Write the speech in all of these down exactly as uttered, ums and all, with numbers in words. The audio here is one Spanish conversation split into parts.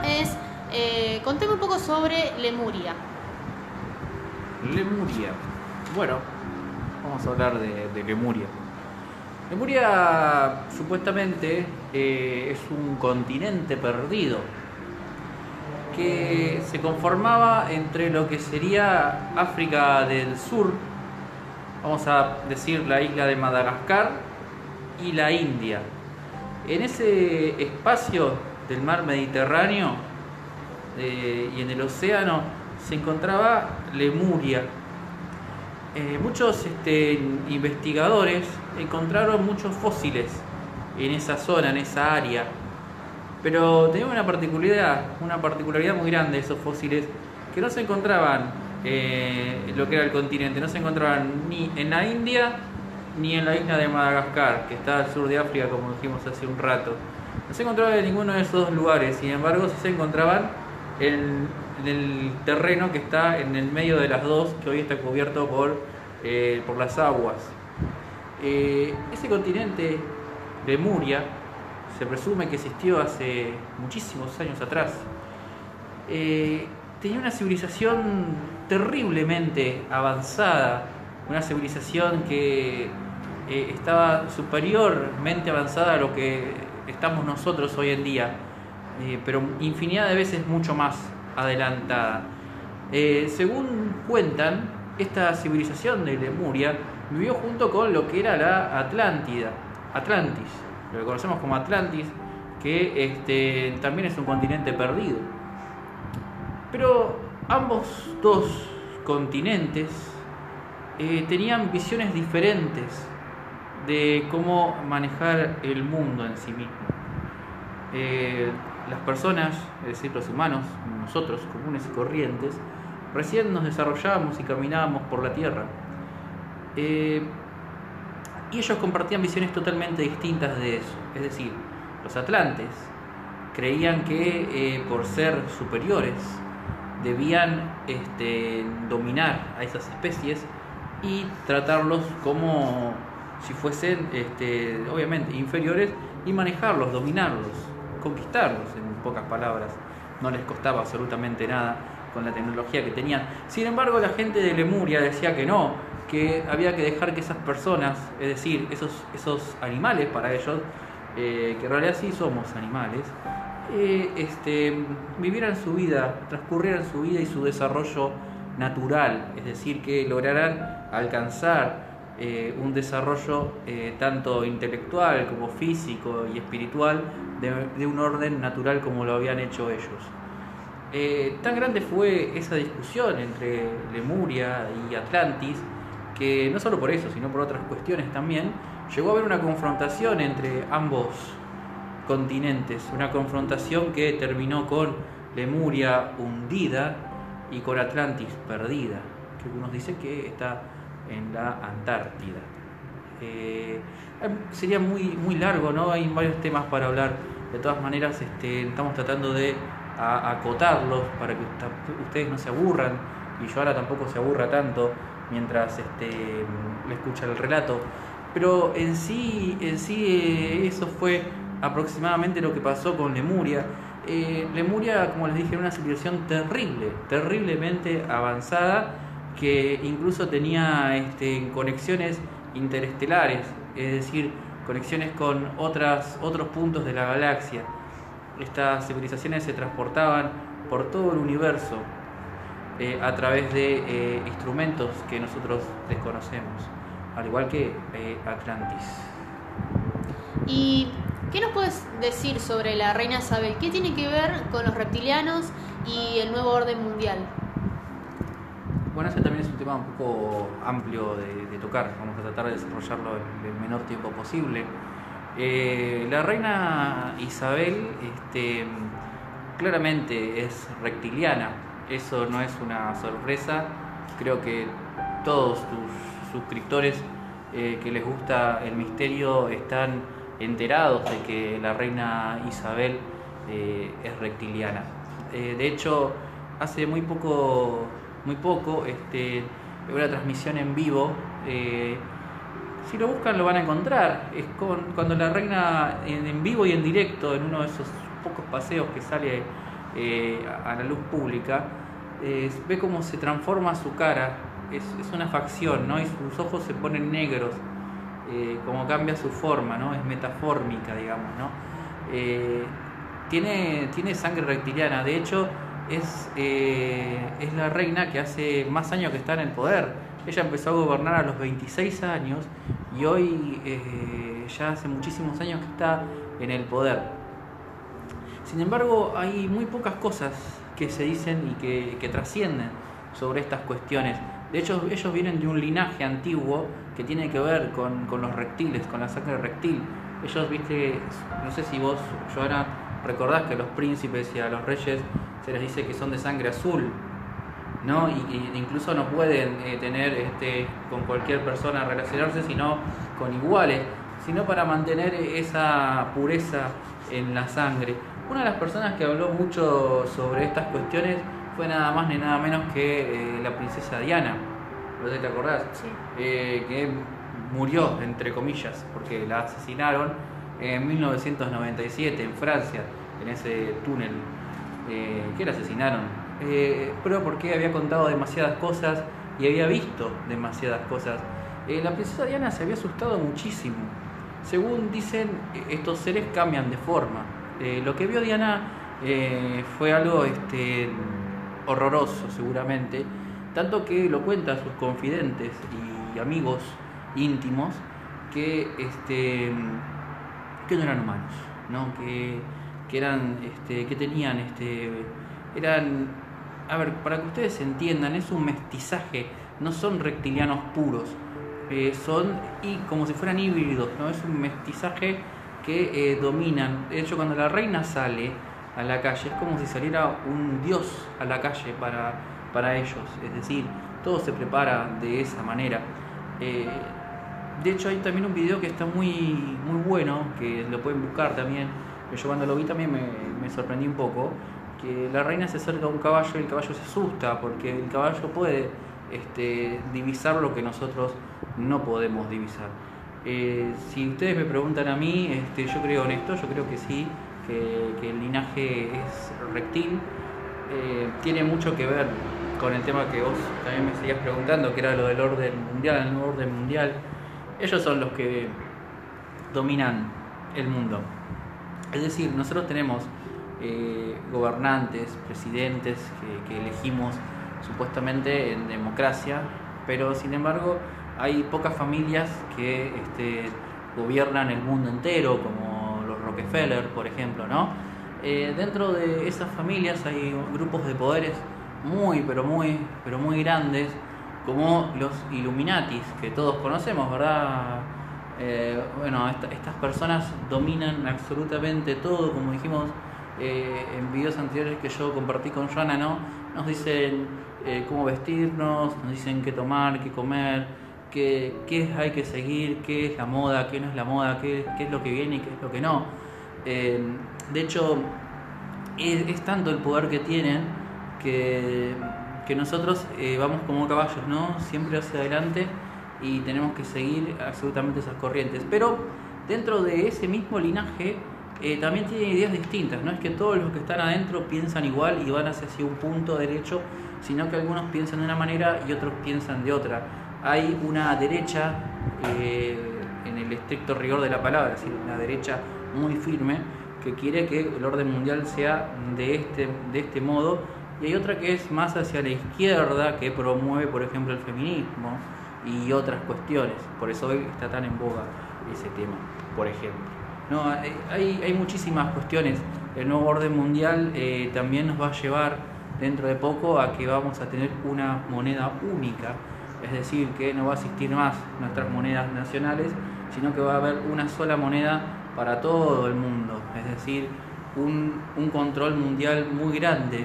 es, eh, contame un poco sobre Lemuria. Lemuria. Bueno, vamos a hablar de, de Lemuria. Lemuria supuestamente eh, es un continente perdido que se conformaba entre lo que sería África del Sur, vamos a decir la isla de Madagascar, y la India. En ese espacio del mar Mediterráneo eh, y en el océano se encontraba Lemuria. Eh, muchos este, investigadores encontraron muchos fósiles en esa zona, en esa área, pero tenía una particularidad, una particularidad muy grande esos fósiles, que no se encontraban eh, en lo que era el continente, no se encontraban ni en la India ni en la isla de Madagascar, que está al sur de África, como dijimos hace un rato. No se encontraban en ninguno de esos dos lugares, sin embargo sí se encontraban en, en el terreno que está en el medio de las dos, que hoy está cubierto por, eh, por las aguas. Eh, ese continente, Lemuria, se presume que existió hace muchísimos años atrás. Eh, tenía una civilización terriblemente avanzada, una civilización que eh, estaba superiormente avanzada a lo que estamos nosotros hoy en día, eh, pero infinidad de veces mucho más adelantada. Eh, según cuentan, esta civilización de Lemuria vivió junto con lo que era la Atlántida, Atlantis, lo que conocemos como Atlantis, que este, también es un continente perdido. Pero ambos dos continentes eh, tenían visiones diferentes de cómo manejar el mundo en sí mismo. Eh, las personas, es decir, los humanos, nosotros comunes y corrientes, recién nos desarrollábamos y caminábamos por la Tierra. Eh, y ellos compartían visiones totalmente distintas de eso. Es decir, los atlantes creían que eh, por ser superiores debían este, dominar a esas especies y tratarlos como si fuesen este, obviamente inferiores y manejarlos, dominarlos, conquistarlos, en pocas palabras. No les costaba absolutamente nada con la tecnología que tenían. Sin embargo, la gente de Lemuria decía que no, que había que dejar que esas personas, es decir, esos, esos animales para ellos, eh, que en realidad sí somos animales, eh, este, vivieran su vida, transcurrieran su vida y su desarrollo natural, es decir, que lograran alcanzar eh, un desarrollo eh, tanto intelectual como físico y espiritual de, de un orden natural como lo habían hecho ellos. Eh, tan grande fue esa discusión entre Lemuria y Atlantis que no solo por eso, sino por otras cuestiones también, llegó a haber una confrontación entre ambos continentes, una confrontación que terminó con Lemuria hundida y con Atlantis perdida, que algunos dicen que está en la Antártida. Eh, sería muy, muy largo, ¿no? Hay varios temas para hablar. De todas maneras, este, estamos tratando de a, acotarlos para que ustedes no se aburran y yo ahora tampoco se aburra tanto mientras este, le escucha el relato. Pero en sí, en sí eh, eso fue aproximadamente lo que pasó con Lemuria. Eh, Lemuria, como les dije, era una civilización terrible, terriblemente avanzada, que incluso tenía este, conexiones interestelares, es decir, conexiones con otras, otros puntos de la galaxia. Estas civilizaciones se transportaban por todo el universo eh, a través de eh, instrumentos que nosotros desconocemos, al igual que eh, Atlantis. ¿Y qué nos puedes decir sobre la reina Isabel? ¿Qué tiene que ver con los reptilianos y el nuevo orden mundial? Bueno, ese también es un tema un poco amplio de, de tocar. Vamos a tratar de desarrollarlo en el menor tiempo posible. Eh, la reina Isabel este, claramente es reptiliana. Eso no es una sorpresa. Creo que todos tus suscriptores eh, que les gusta el misterio están enterados de que la reina Isabel eh, es reptiliana. Eh, de hecho, hace muy poco, muy poco, este, una transmisión en vivo. Eh, si lo buscan lo van a encontrar. Es con, cuando la reina en, en vivo y en directo, en uno de esos pocos paseos que sale eh, a la luz pública, eh, ve cómo se transforma su cara, es, es una facción, ¿no? Y sus ojos se ponen negros, eh, como cambia su forma, ¿no? Es metafórmica, digamos, ¿no? Eh, tiene, tiene sangre reptiliana, de hecho es, eh, es la reina que hace más años que está en el poder. Ella empezó a gobernar a los veintiséis años y hoy eh, ya hace muchísimos años que está en el poder. Sin embargo, hay muy pocas cosas que se dicen y que, que trascienden sobre estas cuestiones. De hecho, ellos vienen de un linaje antiguo que tiene que ver con, con los reptiles, con la sangre reptil. Ellos, viste, no sé si vos, Joana, recordás que a los príncipes y a los reyes se les dice que son de sangre azul, ¿no? Y, y incluso no pueden eh, tener este, con cualquier persona relacionarse, sino con iguales, sino para mantener esa pureza en la sangre. Una de las personas que habló mucho sobre estas cuestiones fue nada más ni nada menos que eh, la princesa Diana, ¿no te acordás? Sí. Eh, que murió, entre comillas, porque la asesinaron en mil novecientos noventa y siete en Francia, en ese túnel eh, que la asesinaron. Eh, pero porque había contado demasiadas cosas y había visto demasiadas cosas. Eh, la princesa Diana se había asustado muchísimo. Según dicen, estos seres cambian de forma. Eh, lo que vio Diana eh, fue algo este, horroroso, seguramente, tanto que lo cuentan sus confidentes y amigos íntimos que, este, que no eran humanos, ¿no? Que, que eran, este, que tenían, este, eran, a ver, para que ustedes entiendan, es un mestizaje, no son reptilianos puros, eh, son y como si fueran híbridos, ¿no? Es un mestizaje que eh, dominan. De hecho, cuando la reina sale a la calle, es como si saliera un dios a la calle para, para ellos, es decir, todo se prepara de esa manera. Eh, de hecho, hay también un video que está muy, muy bueno, que lo pueden buscar también. Yo cuando lo vi también me, me sorprendí un poco, que la reina se acerca a un caballo y el caballo se asusta, porque el caballo puede este, divisar lo que nosotros no podemos divisar. Eh, si ustedes me preguntan a mí, este, yo creo en esto, yo creo que sí, que, que el linaje es reptil. Eh, tiene mucho que ver con el tema que vos también me seguías preguntando, que era lo del orden mundial, el nuevo orden mundial. Ellos son los que dominan el mundo. Es decir, nosotros tenemos eh, gobernantes, presidentes que, que elegimos supuestamente en democracia, pero sin embargo hay pocas familias que este, gobiernan el mundo entero, como los Rockefeller, por ejemplo, ¿no? Eh, dentro de esas familias hay grupos de poderes muy, pero muy, pero muy grandes, como los Illuminatis, que todos conocemos, ¿verdad? Eh, bueno, esta, estas personas dominan absolutamente todo, como dijimos eh, en videos anteriores que yo compartí con Joana, ¿no? Nos dicen eh, cómo vestirnos, nos dicen qué tomar, qué comer, qué, qué hay que seguir, qué es la moda, qué no es la moda, qué, qué es lo que viene y qué es lo que no. Eh, de hecho, es, es tanto el poder que tienen que, que nosotros eh, vamos como caballos, ¿no? Siempre hacia adelante y tenemos que seguir absolutamente esas corrientes. Pero dentro de ese mismo linaje eh, también tienen ideas distintas, no es que todos los que están adentro piensan igual y van hacia, hacia un punto derecho, sino que algunos piensan de una manera y otros piensan de otra. Hay una derecha, eh, en el estricto rigor de la palabra, es decir, una derecha muy firme que quiere que el orden mundial sea de este, de este modo, y hay otra que es más hacia la izquierda, que promueve, por ejemplo, el feminismo y otras cuestiones. Por eso hoy está tan en boga ese tema, por ejemplo. No, hay, hay muchísimas cuestiones. El nuevo orden mundial eh, también nos va a llevar dentro de poco a que vamos a tener una moneda única, es decir, que no va a existir más nuestras monedas nacionales, sino que va a haber una sola moneda para todo el mundo, es decir, un, un control mundial muy grande.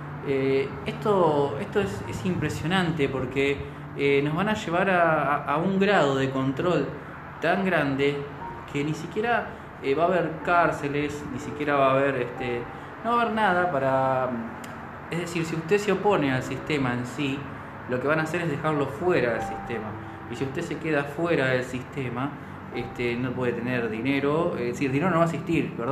Eh, esto esto es, es impresionante porque eh, nos van a llevar a, a un grado de control tan grande que ni siquiera eh, va a haber cárceles, ni siquiera va a haber, este, no va a haber nada para... Es decir, si usted se opone al sistema en sí, lo que van a hacer es dejarlo fuera del sistema. Y si usted se queda fuera del sistema, este, no puede tener dinero, es decir, dinero no va a existir, perdón,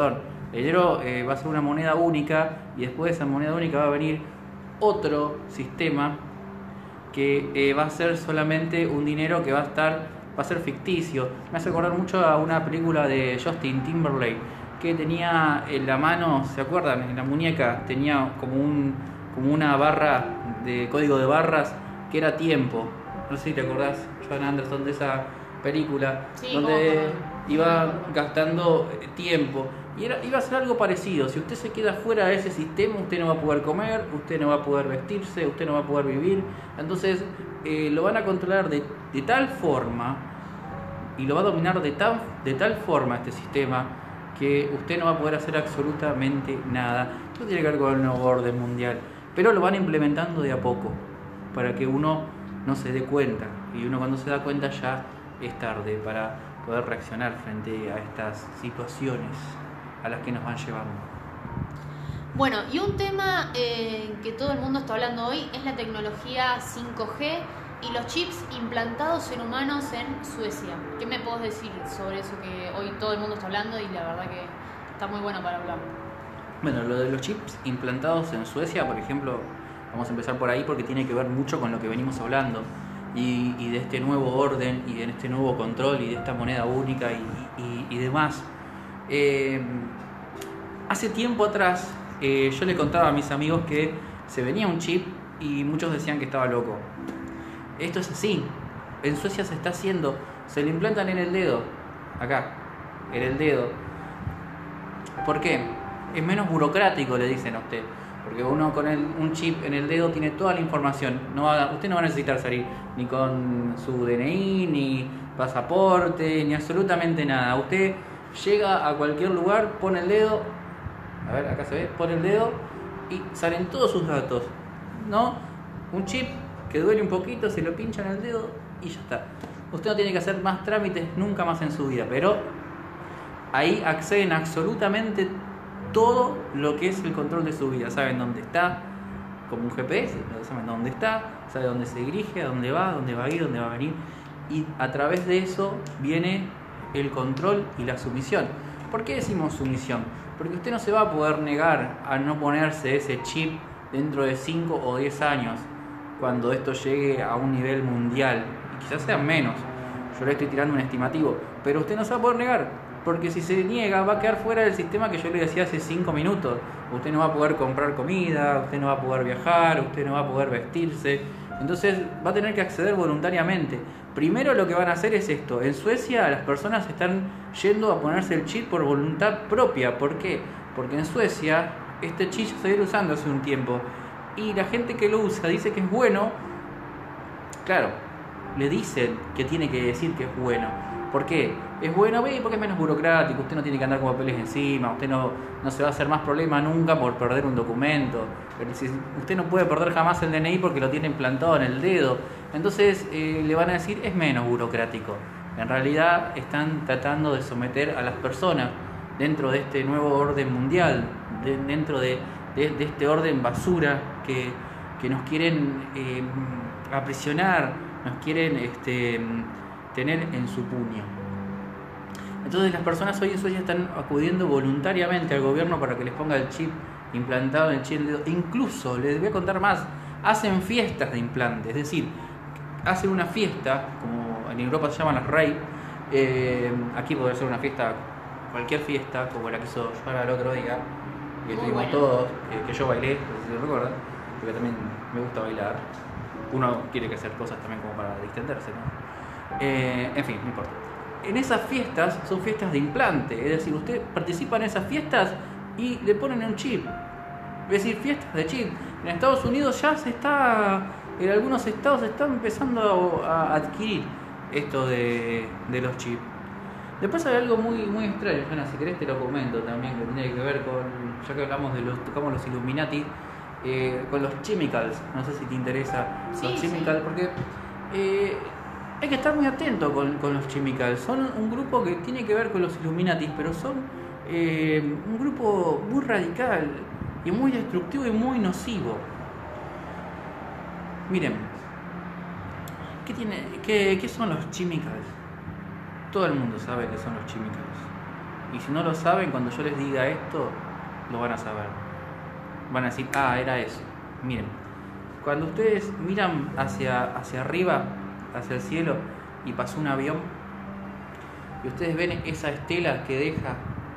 El dinero eh, va a ser una moneda única y después de esa moneda única va a venir otro sistema que eh, va a ser solamente un dinero que va a estar, va a ser ficticio. Me hace acordar mucho a una película de Justin Timberlake que tenía en la mano, ¿se acuerdan? En la muñeca tenía como un como una barra de código de barras que era tiempo. No sé si te acordás, Joan Anderson, de esa película, Sí, donde ¿cómo? iba gastando tiempo. Y era, iba a ser algo parecido. Si usted se queda fuera de ese sistema, usted no va a poder comer, usted no va a poder vestirse, usted no va a poder vivir. Entonces eh, lo van a controlar de, de tal forma y lo va a dominar de, tan, de tal forma este sistema que usted no va a poder hacer absolutamente nada. Esto tiene que ver con el nuevo orden mundial. Pero lo van implementando de a poco para que uno no se dé cuenta. Y uno cuando se da cuenta ya es tarde para poder reaccionar frente a estas situaciones a las que nos van llevando. Bueno, y un tema eh, que todo el mundo está hablando hoy es la tecnología cinco G y los chips implantados en humanos en Suecia. ¿Qué me podés decir sobre eso que hoy todo el mundo está hablando y la verdad que está muy bueno para hablar? Bueno, lo de los chips implantados en Suecia, por ejemplo, vamos a empezar por ahí porque tiene que ver mucho con lo que venimos hablando y, y de este nuevo orden y de este nuevo control y de esta moneda única y, y, y demás. Eh, hace tiempo atrás eh, yo le contaba a mis amigos que se venía un chip y muchos decían que estaba loco. Esto es así. En Suecia se está haciendo, se lo implantan en el dedo, acá, en el dedo. ¿Por qué? Es menos burocrático, le dicen a usted, porque uno con el, un chip en el dedo tiene toda la información. No va, usted no va a necesitar salir ni con su D N I, ni pasaporte, ni absolutamente nada. Usted llega a cualquier lugar, pone el dedo, a ver, acá se ve, pone el dedo y salen todos sus datos, ¿no? Un chip que duele un poquito, se lo pincha en el dedo y ya está. Usted no tiene que hacer más trámites nunca más en su vida, pero ahí acceden absolutamente todo lo que es el control de su vida. Saben dónde está, como un G P S, saben dónde está, saben dónde se dirige, a dónde va, dónde va a ir, dónde va a venir. Y a través de eso viene el control y la sumisión. ¿Por qué decimos sumisión? Porque usted no se va a poder negar a no ponerse ese chip dentro de cinco o diez años, cuando esto llegue a un nivel mundial, y quizás sean menos. Yo le estoy tirando un estimativo, pero usted no se va a poder negar, porque si se niega va a quedar fuera del sistema que yo le decía hace cinco minutos. Usted no va a poder comprar comida, usted no va a poder viajar, usted no va a poder vestirse. Entonces va a tener que acceder voluntariamente. Primero lo que van a hacer es esto. En Suecia las personas están yendo a ponerse el chip por voluntad propia. ¿Por qué? Porque en Suecia este chip se viene usando hace un tiempo y la gente que lo usa dice que es bueno. Claro, le dicen que tiene que decir que es bueno. ¿Por qué? Es bueno, ve, porque es menos burocrático, usted no tiene que andar con papeles encima, usted no, no se va a hacer más problema nunca por perder un documento. Usted no puede perder jamás el D N I porque lo tiene implantado en el dedo. Entonces eh, le van a decir es menos burocrático. En realidad están tratando de someter a las personas dentro de este nuevo orden mundial, de, dentro de, de, de este orden basura que, que nos quieren eh, aprisionar, nos quieren este, tener en su puño. Entonces las personas hoy en Suecia están acudiendo voluntariamente al gobierno para que les ponga el chip implantado en el chip del dedo. Incluso, les voy a contar más, hacen fiestas de implante, es decir, hacen una fiesta, como en Europa se llaman las rave, eh, aquí podría ser una fiesta, cualquier fiesta, como la que hizo Joana el otro día, que estuvimos bueno. todos, que, que yo bailé, no sé si lo recuerdan, porque también me gusta bailar. Uno quiere que hacer cosas también como para distenderse, ¿no? Eh, en fin, no importa. En esas fiestas son fiestas de implante, es decir, usted participa en esas fiestas y le ponen un chip, es decir, fiestas de chip. En Estados Unidos ya se está, en algunos estados se está empezando a adquirir esto de, de los chips. Después hay algo muy muy extraño, Joana, si querés te lo comento también, que tiene que ver con, ya que hablamos de los, tocamos los Illuminati, eh, con los chemicals, no sé si te interesa sí, los chemicals, sí. porque eh, hay que estar muy atento con, con los chemicals. Son un grupo que tiene que ver con los Illuminati, pero son eh, un grupo muy radical y muy destructivo y muy nocivo. Miren, ¿qué, tiene, qué, qué son los chemicals? Todo el mundo sabe qué son los chemicals. Y si no lo saben, cuando yo les diga esto, lo van a saber. Van a decir, ah, era eso. Miren, cuando ustedes miran hacia, hacia arriba, hacia el cielo, y pasó un avión, y ustedes ven esa estela que deja,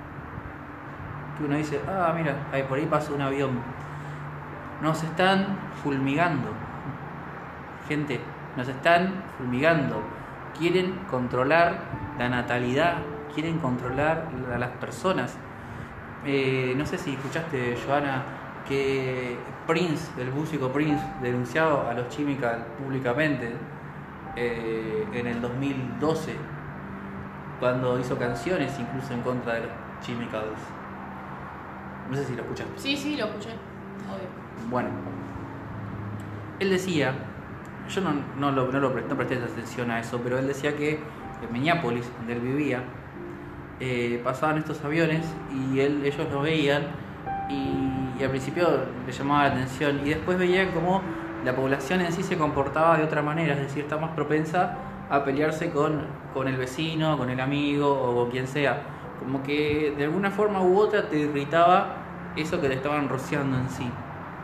que uno dice, ah, mira, ahí por ahí pasó un avión. Nos están fulmigando. Gente, nos están fulmigando. Quieren controlar la natalidad, quieren controlar a las personas. Eh, no sé si escuchaste, Joana, que Prince, el músico Prince, denunciado a los Chemical públicamente eh, en el dos mil doce, cuando hizo canciones incluso en contra de los Chemicals. No sé si lo escuchaste. Sí, sí, lo escuché, obvio. Bueno, él decía, yo no, no, lo, no, lo, no presté atención a eso, pero él decía que en Minneapolis, donde él vivía, eh, pasaban estos aviones y él, ellos lo veían y, y al principio le llamaba la atención y después veían cómo la población en sí se comportaba de otra manera, es decir, está más propensa a pelearse con, con el vecino, con el amigo o con quien sea, como que de alguna forma u otra te irritaba eso que te estaban rociando en sí.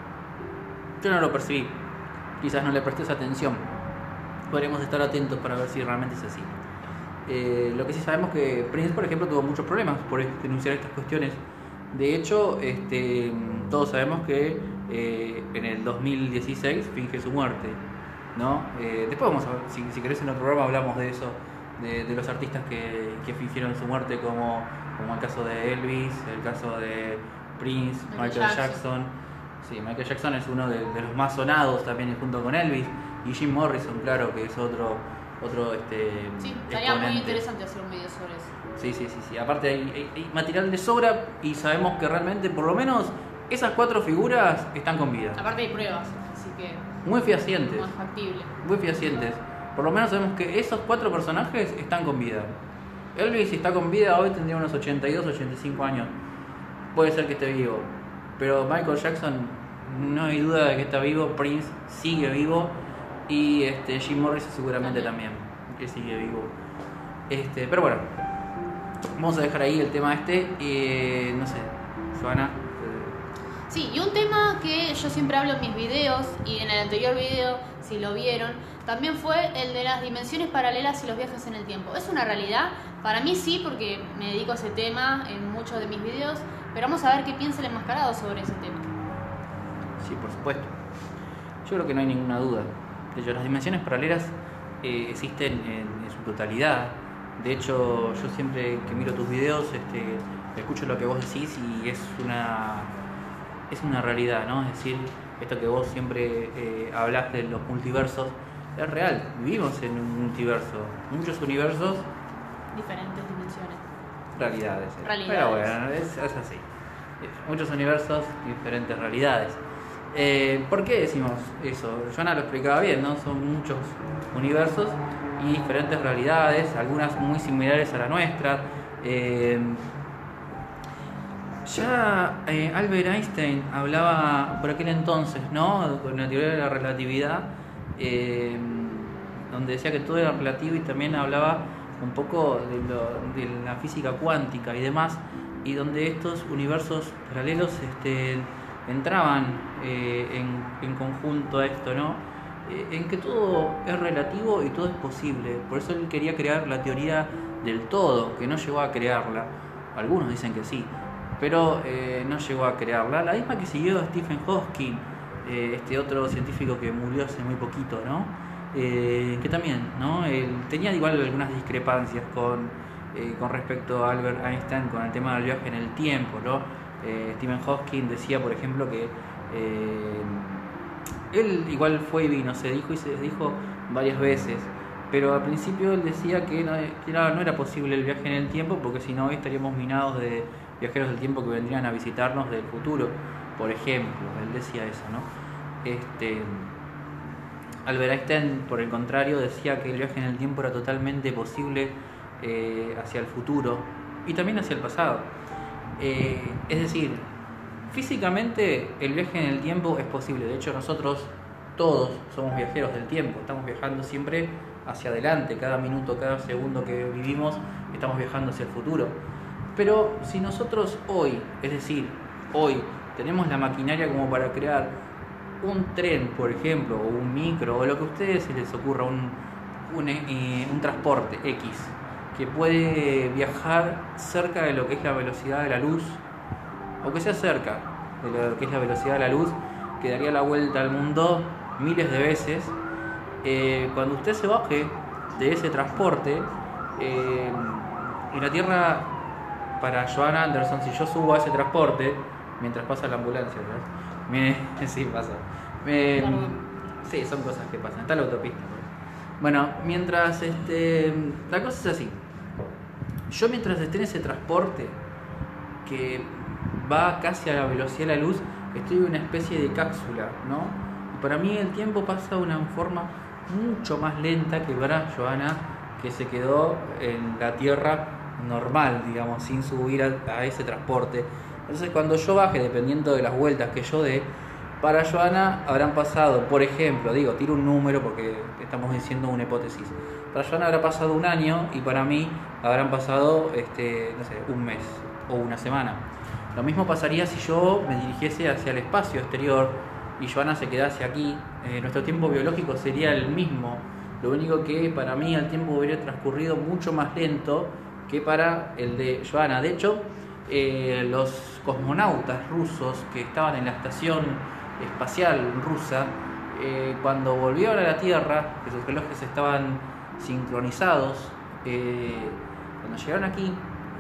Yo no lo percibí, quizás no le presté esa atención, podríamos estar atentos para ver si realmente es así. Eh, lo que sí sabemos que Prince, por ejemplo, tuvo muchos problemas por denunciar estas cuestiones. De hecho, este, todos sabemos que eh, en el dos mil dieciséis finge su muerte, ¿no? Eh, después vamos a ver, si, si querés en otro programa hablamos de eso, de, de los artistas que, que fingieron su muerte, como, como el caso de Elvis, el caso de Prince, Michael, Michael Jackson. Jackson. Sí, Michael Jackson es uno de, de los más sonados también junto con Elvis, y Jim Morrison, claro, que es otro... otro este, sí, estaría exponente. Muy interesante hacer un video sobre eso. Sí, sí, sí, sí. Aparte hay, hay, hay material de sobra y sabemos que realmente por lo menos esas cuatro figuras están con vida. Aparte hay pruebas, así que... Muy fehacientes. Más factible. Muy fehacientes. Por lo menos sabemos que esos cuatro personajes están con vida. Elvis, si está con vida hoy, tendría unos ochenta y dos, ochenta y cinco años. Puede ser que esté vivo. Pero Michael Jackson, no hay duda de que está vivo. Prince sigue vivo. Y este, Jim Morrison seguramente también, también que sigue vivo. Este, pero bueno, vamos a dejar ahí el tema este. Eh, no sé, Joana. Sí, y un tema que yo siempre hablo en mis videos, y en el anterior video, si lo vieron, también fue el de las dimensiones paralelas y los viajes en el tiempo. ¿Es una realidad? Para mí sí, porque me dedico a ese tema en muchos de mis videos, pero vamos a ver qué piensa el enmascarado sobre ese tema. Sí, por supuesto. Yo creo que no hay ninguna duda. De hecho, las dimensiones paralelas eh, existen en, en su totalidad. De hecho, yo siempre que miro tus videos este, escucho lo que vos decís y es una, es una realidad, ¿no? Es decir, esto que vos siempre eh, hablas de los multiversos, es real. Vivimos en un multiverso, muchos universos. Diferentes dimensiones. Realidades. Eh. Realidades. Pero bueno, es, es así. Muchos universos, diferentes realidades. Eh, ¿Por qué decimos eso? Joana lo explicaba bien, ¿no? Son muchos universos y diferentes realidades, algunas muy similares a la nuestra. Eh, ya eh, Albert Einstein hablaba por aquel entonces, ¿no? Con la teoría de la relatividad, eh, donde decía que todo era relativo y también hablaba un poco de, lo, de la física cuántica y demás, y donde estos universos paralelos este, entraban eh, en, en conjunto a esto, ¿no? Eh, en que todo es relativo y todo es posible. Por eso él quería crear la teoría del todo, que no llegó a crearla. Algunos dicen que sí, pero eh, no llegó a crearla. La misma que siguió Stephen Hawking, eh, este otro científico que murió hace muy poquito, ¿no? Eh, que también, ¿no? Él tenía igual algunas discrepancias con, eh, con respecto a Albert Einstein con el tema del viaje en el tiempo, ¿no? Eh, Stephen Hawking decía, por ejemplo, que eh, él igual fue y vino, se dijo y se dijo varias veces, pero al principio él decía que no, que no era posible el viaje en el tiempo porque si no hoy estaríamos minados de viajeros del tiempo que vendrían a visitarnos del futuro, por ejemplo. Él decía eso, ¿no? Este, Albert Einstein, por el contrario, decía que el viaje en el tiempo era totalmente posible eh, hacia el futuro y también hacia el pasado. Eh, es decir, físicamente el viaje en el tiempo es posible. De hecho, nosotros todos somos viajeros del tiempo. Estamos viajando siempre hacia adelante. Cada minuto, cada segundo que vivimos, estamos viajando hacia el futuro. Pero si nosotros hoy, es decir, hoy tenemos la maquinaria como para crear un tren, por ejemplo, o un micro, o lo que a ustedes se les ocurra, un, un, eh, un transporte X, que puede viajar cerca de lo que es la velocidad de la luz, o que sea cerca de lo que es la velocidad de la luz, que daría la vuelta al mundo miles de veces. Eh, cuando usted se baje de ese transporte, eh, en la Tierra, para Johanna Anderson, si yo subo a ese transporte, mientras pasa la ambulancia, ¿no? Me, sí, pasa. Me, sí, son cosas que pasan. Está la autopista. Bueno, mientras este, la cosa es así. Yo mientras esté en ese transporte que va casi a la velocidad de la luz, estoy en una especie de cápsula, ¿no? Y para mí el tiempo pasa de una forma mucho más lenta que para Johanna, que se quedó en la Tierra normal, digamos, sin subir a, a ese transporte. Entonces cuando yo baje, dependiendo de las vueltas que yo dé, para Johanna habrán pasado, por ejemplo, digo, tiro un número porque estamos diciendo una hipótesis. Para Johanna habrá pasado un año y para mí habrán pasado, este, no sé, un mes o una semana. Lo mismo pasaría si yo me dirigiese hacia el espacio exterior y Johanna se quedase aquí. Eh, nuestro tiempo biológico sería el mismo. Lo único que para mí el tiempo hubiera transcurrido mucho más lento que para el de Johanna. De hecho, eh, los cosmonautas rusos que estaban en la estación espacial rusa, eh, cuando volvieron a la Tierra, que sus relojes estaban sincronizados, eh, cuando llegaron aquí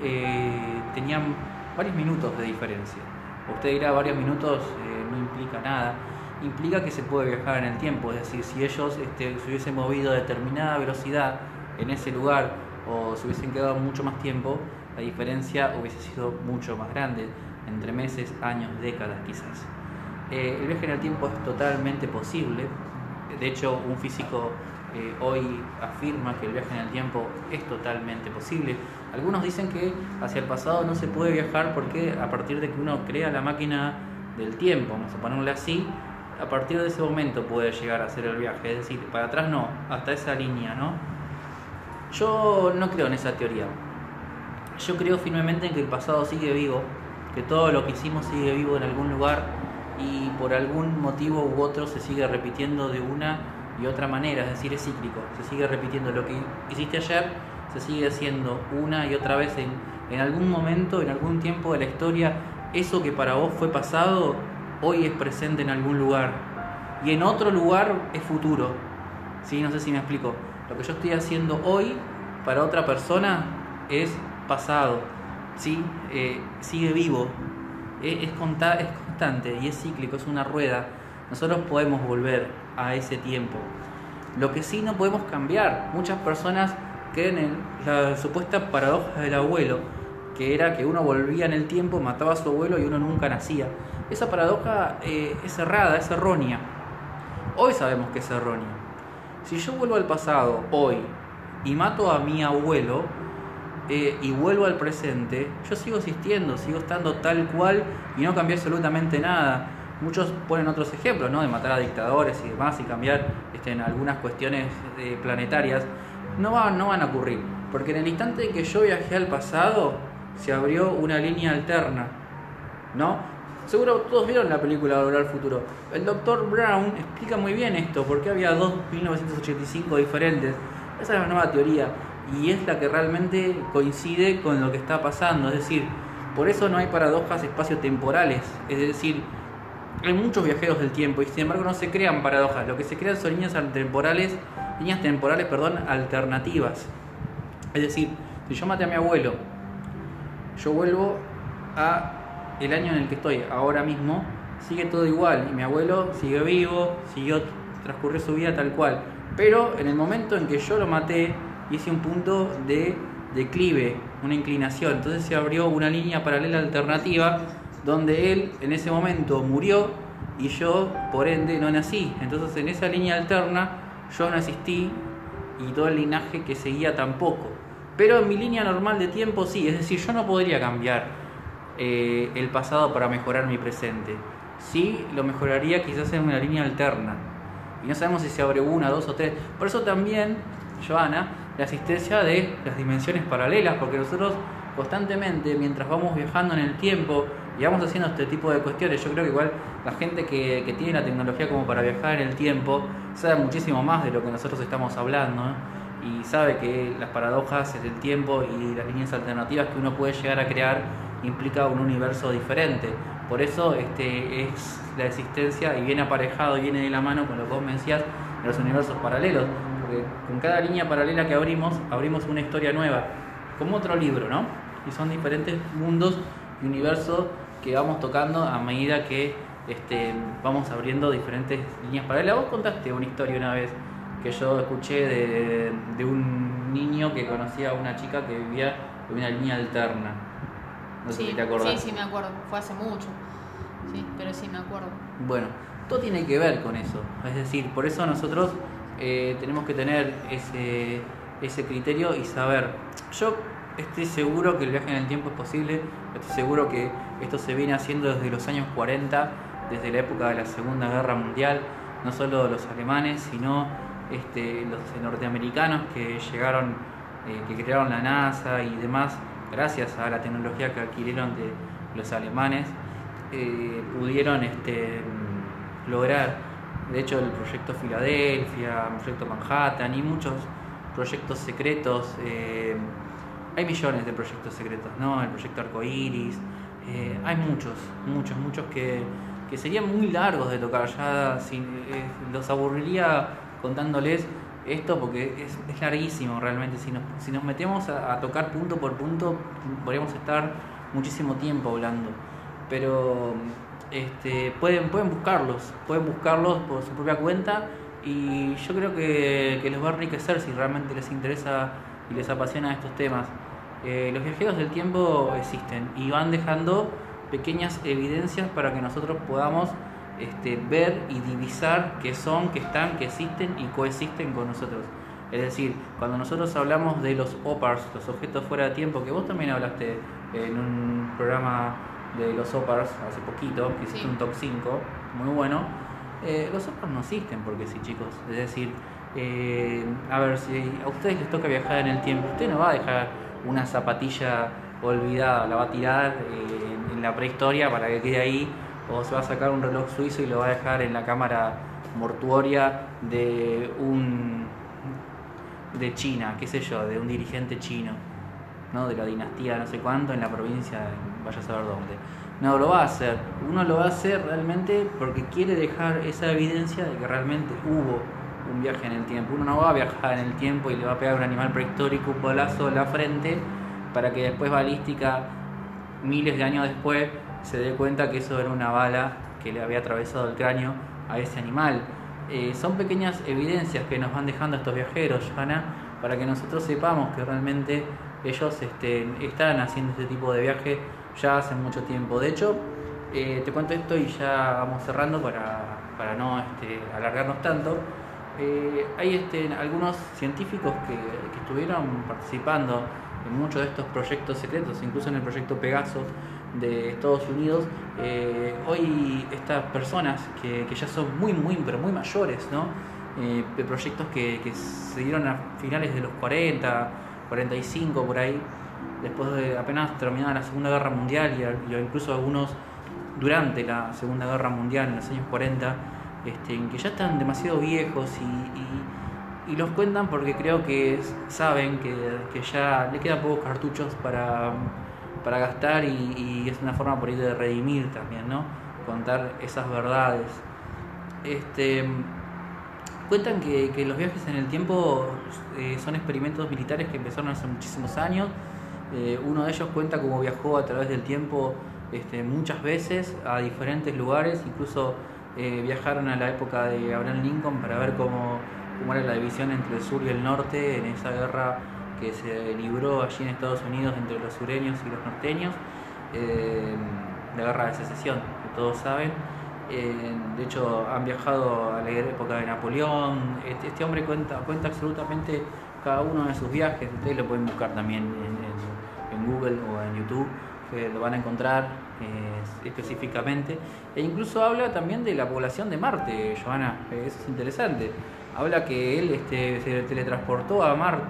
eh, tenían varios minutos de diferencia. Usted dirá, varios minutos eh, no implica nada. Implica que se puede viajar en el tiempo, es decir, si ellos este, se hubiesen movido a determinada velocidad en ese lugar o se hubiesen quedado mucho más tiempo, la diferencia hubiese sido mucho más grande, entre meses, años, décadas quizás. Eh, el viaje en el tiempo es totalmente posible. De hecho, un físico eh, hoy afirma que el viaje en el tiempo es totalmente posible. Algunos dicen que hacia el pasado no se puede viajar porque a partir de que uno crea la máquina del tiempo, vamos a ponerle así, a partir de ese momento puede llegar a hacer el viaje, es decir, para atrás no, hasta esa línea, ¿no? Yo no creo en esa teoría. Yo creo firmemente en que el pasado sigue vivo, que todo lo que hicimos sigue vivo en algún lugar y por algún motivo u otro se sigue repitiendo de una y otra manera, es decir, es cíclico, se sigue repitiendo lo que hiciste ayer, se sigue haciendo una y otra vez en, en algún momento, en algún tiempo de la historia, eso que para vos fue pasado, hoy es presente en algún lugar y en otro lugar es futuro. ¿Sí? No sé si me explico. Lo que yo estoy haciendo hoy para otra persona es pasado, ¿sí? Eh, sigue vivo, es, es, conta, es constante y es cíclico, es una rueda. Nosotros podemos volver a ese tiempo. Lo que sí no podemos cambiar, muchas personas creen en la supuesta paradoja del abuelo, que era que uno volvía en el tiempo, mataba a su abuelo y uno nunca nacía. Esa paradoja eh, es errada, es errónea. Hoy sabemos que es errónea. Si yo vuelvo al pasado, hoy, y mato a mi abuelo, eh, y vuelvo al presente, yo sigo existiendo, sigo estando tal cual y no cambié absolutamente nada. Muchos ponen otros ejemplos, ¿no? De matar a dictadores y demás y cambiar este, en algunas cuestiones eh, planetarias. No, va, no van a ocurrir, porque en el instante en que yo viajé al pasado, se abrió una línea alterna, ¿no? Seguro todos vieron la película Volver al Futuro. El doctor Brown explica muy bien esto, porque había dos mil novecientos ochenta y cinco diferentes. Esa es la nueva teoría y es la que realmente coincide con lo que está pasando. Es decir, por eso no hay paradojas espaciotemporales. Es decir, hay muchos viajeros del tiempo y sin embargo no se crean paradojas. Lo que se crean son líneas temporales, líneas temporales, perdón, alternativas. Es decir, si yo maté a mi abuelo, yo vuelvo a el año en el que estoy ahora mismo, sigue todo igual y mi abuelo sigue vivo, siguió, transcurrió su vida tal cual, pero en el momento en que yo lo maté hice un punto de declive, una inclinación, entonces se abrió una línea paralela alternativa donde él en ese momento murió y yo por ende no nací. Entonces en esa línea alterna yo no existí y todo el linaje que seguía tampoco, pero en mi línea normal de tiempo sí. Es decir, yo no podría cambiar Eh, el pasado para mejorar mi presente. Sí, lo mejoraría quizás en una línea alterna. Y no sabemos si se abre una, dos o tres. Por eso también, Johanna, la existencia de las dimensiones paralelas, porque nosotros constantemente mientras vamos viajando en el tiempo y vamos haciendo este tipo de cuestiones. Yo creo que igual la gente que, que tiene la tecnología como para viajar en el tiempo sabe muchísimo más de lo que nosotros estamos hablando, ¿no? Y sabe que las paradojas del tiempo y las líneas alternativas que uno puede llegar a crear implica un universo diferente. Por eso este, es la existencia, y viene aparejado y viene de la mano con lo que vos me decías, de los universos paralelos, porque con cada línea paralela que abrimos, abrimos una historia nueva, como otro libro, ¿no? Y son diferentes mundos y universos que vamos tocando a medida que este, vamos abriendo diferentes líneas paralelas. Vos contaste una historia una vez que yo escuché de, de un niño que conocía a una chica que vivía en una línea alterna. No sé Sí, si te acordás. sí, sí, me acuerdo. Fue hace mucho. Sí, pero sí me acuerdo. Bueno, todo tiene que ver con eso. Es decir, por eso nosotros eh, tenemos que tener ese, ese criterio y saber. Yo estoy seguro que el viaje en el tiempo es posible. Estoy seguro que esto se viene haciendo desde los años cuarenta, desde la época de la Segunda Guerra Mundial. No solo los alemanes, sino este, los norteamericanos que llegaron, eh, que crearon la NASA y demás, gracias a la tecnología que adquirieron de los alemanes, eh, pudieron este, lograr, de hecho, el proyecto Filadelfia, el proyecto Manhattan y muchos proyectos secretos. Eh, hay millones de proyectos secretos, ¿no? El proyecto Arcoiris, eh, hay muchos, muchos, muchos que, que serían muy largos de tocar. Ya sin, eh, los aburriría contándoles esto porque es, es larguísimo realmente. Si nos, si nos metemos a, a tocar punto por punto, podríamos estar muchísimo tiempo hablando. Pero este, pueden, pueden buscarlos, pueden buscarlos por su propia cuenta, y yo creo que, que les va a enriquecer si realmente les interesa y les apasiona estos temas. Eh, los viajeros del tiempo existen y van dejando pequeñas evidencias para que nosotros podamos este, ver y divisar que son, que están, que existen y coexisten con nosotros. Es decir, cuando nosotros hablamos de los O P A Rs, los objetos fuera de tiempo, que vos también hablaste en un programa de los O P A Rs hace poquito, que hiciste Sí. un top cinco, muy bueno. Eh, los O P A Rs no existen porque sí, chicos. Es decir, eh, a ver, si a ustedes les toca viajar en el tiempo, usted no va a dejar una zapatilla olvidada, la va a tirar eh, en, en la prehistoria para que quede ahí, o se va a sacar un reloj suizo y lo va a dejar en la cámara mortuoria de un de China, qué sé yo, de un dirigente chino, ¿no? De la dinastía no sé cuánto en la provincia, vaya a saber dónde. No lo va a hacer. Uno lo va a hacer realmente porque quiere dejar esa evidencia de que realmente hubo un viaje en el tiempo. Uno no va a viajar en el tiempo y le va a pegar a un animal prehistórico un bolazo en la frente para que después balística, miles de años después, se dé cuenta que eso era una bala que le había atravesado el cráneo a ese animal. Eh, son pequeñas evidencias que nos van dejando estos viajeros, Johanna, para que nosotros sepamos que realmente ellos este, están haciendo este tipo de viaje ya hace mucho tiempo. De hecho, eh, te cuento esto y ya vamos cerrando para, para no este, alargarnos tanto. Eh, hay este, algunos científicos que, que estuvieron participando en muchos de estos proyectos secretos, incluso en el proyecto Pegaso de Estados Unidos. Eh, hoy estas personas que, que ya son muy, muy, pero muy mayores, ¿no? Eh, de proyectos que, que se dieron a finales de los cuarenta, cuarenta y cinco por ahí, después de apenas terminada la Segunda Guerra Mundial, y, y incluso algunos durante la Segunda Guerra Mundial en los años cuarenta, este, que ya están demasiado viejos y, y, y los cuentan porque creo que saben que, que ya le quedan pocos cartuchos para, para gastar, y, y es una forma por ahí de redimir también, ¿no? Contar esas verdades. Este, cuentan que, que los viajes en el tiempo eh, son experimentos militares que empezaron hace muchísimos años. Eh, uno de ellos cuenta cómo viajó a través del tiempo este, muchas veces a diferentes lugares, incluso eh, viajaron a la época de Abraham Lincoln para ver cómo, cómo era la división entre el sur y el norte en esa guerra que se libró allí en Estados Unidos entre los sureños y los norteños, eh, la guerra de secesión, que todos saben. Eh, de hecho, han viajado a la época de Napoleón. Este, este hombre cuenta, cuenta absolutamente cada uno de sus viajes. Ustedes lo pueden buscar también en, en, en Google o en YouTube, que lo van a encontrar eh, específicamente. E incluso habla también de la población de Marte, Johanna. Eh, eso es interesante. Habla que él este, se teletransportó a Marte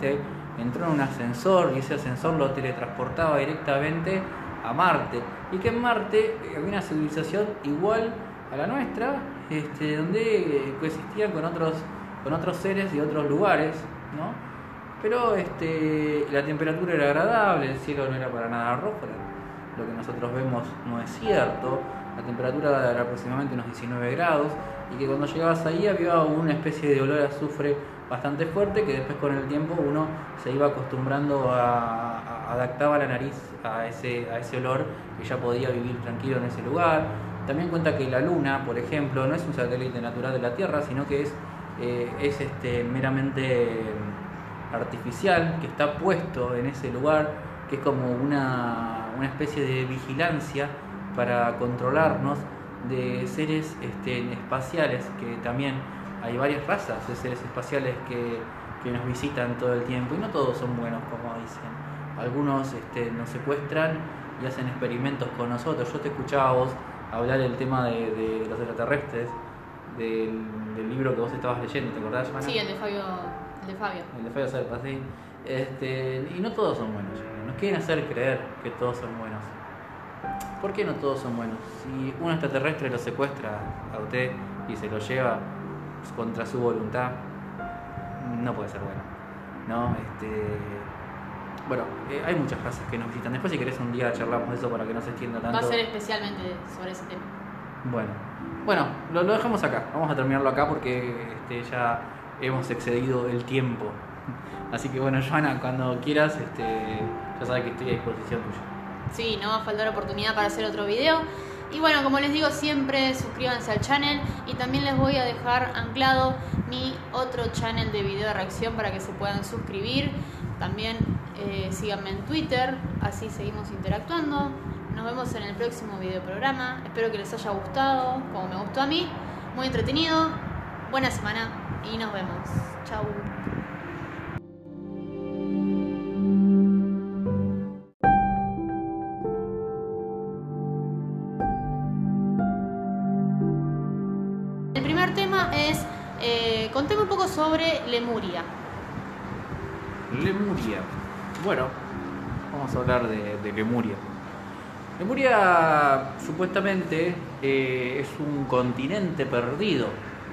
entró en un ascensor y ese ascensor lo teletransportaba directamente a Marte, y que en Marte había una civilización igual a la nuestra, este, donde coexistían con otros, con otros seres de otros lugares, ¿no? Pero este, la temperatura era agradable, el cielo no era para nada rojo, lo que nosotros vemos no es cierto, la temperatura era aproximadamente unos diecinueve grados, y que cuando llegabas ahí había una especie de olor a azufre bastante fuerte, que después con el tiempo uno se iba acostumbrando a, a adaptaba la nariz a ese, a ese olor, que ya podía vivir tranquilo en ese lugar. También cuenta que la Luna, por ejemplo, no es un satélite natural de la Tierra, sino que es, eh, es este, meramente artificial, que está puesto en ese lugar, que es como una, una especie de vigilancia para controlarnos de seres este, espaciales, que también hay varias razas de seres espaciales que, que nos visitan todo el tiempo, y no todos son buenos, como dicen. Algunos este, nos secuestran y hacen experimentos con nosotros. Yo te escuchaba a vos hablar del tema de, de los extraterrestres, del, del libro que vos estabas leyendo, ¿te acordás, Joana? Sí, el de Fabio. El de Fabio. El de Fabio Serpa, sí. Este, y no todos son buenos. Nos quieren hacer creer que todos son buenos. ¿Por qué no todos son buenos? Si un extraterrestre lo secuestra a usted y se lo lleva contra su voluntad, no puede ser bueno, ¿no? Este, bueno, eh, hay muchas razas que nos visitan. Después, si querés, un día charlamos de eso para que no se extienda tanto. Va a ser especialmente sobre ese tema. Bueno, bueno, lo, lo dejamos acá. Vamos a terminarlo acá porque este, ya hemos excedido el tiempo. Así que bueno, Joana, cuando quieras, este, ya sabes que estoy a disposición tuya. Sí, no va a faltar oportunidad para hacer otro video. Y bueno, como les digo siempre, suscríbanse al channel, y también les voy a dejar anclado mi otro channel de video de reacción para que se puedan suscribir. También eh, síganme en Twitter, así seguimos interactuando. Nos vemos en el próximo video programa. Espero que les haya gustado, como me gustó a mí. Muy entretenido. Buena semana y nos vemos. Chau. El primer tema es, eh, contame un poco sobre Lemuria. Lemuria. Bueno, vamos a hablar de, de Lemuria. Lemuria supuestamente eh, es un continente perdido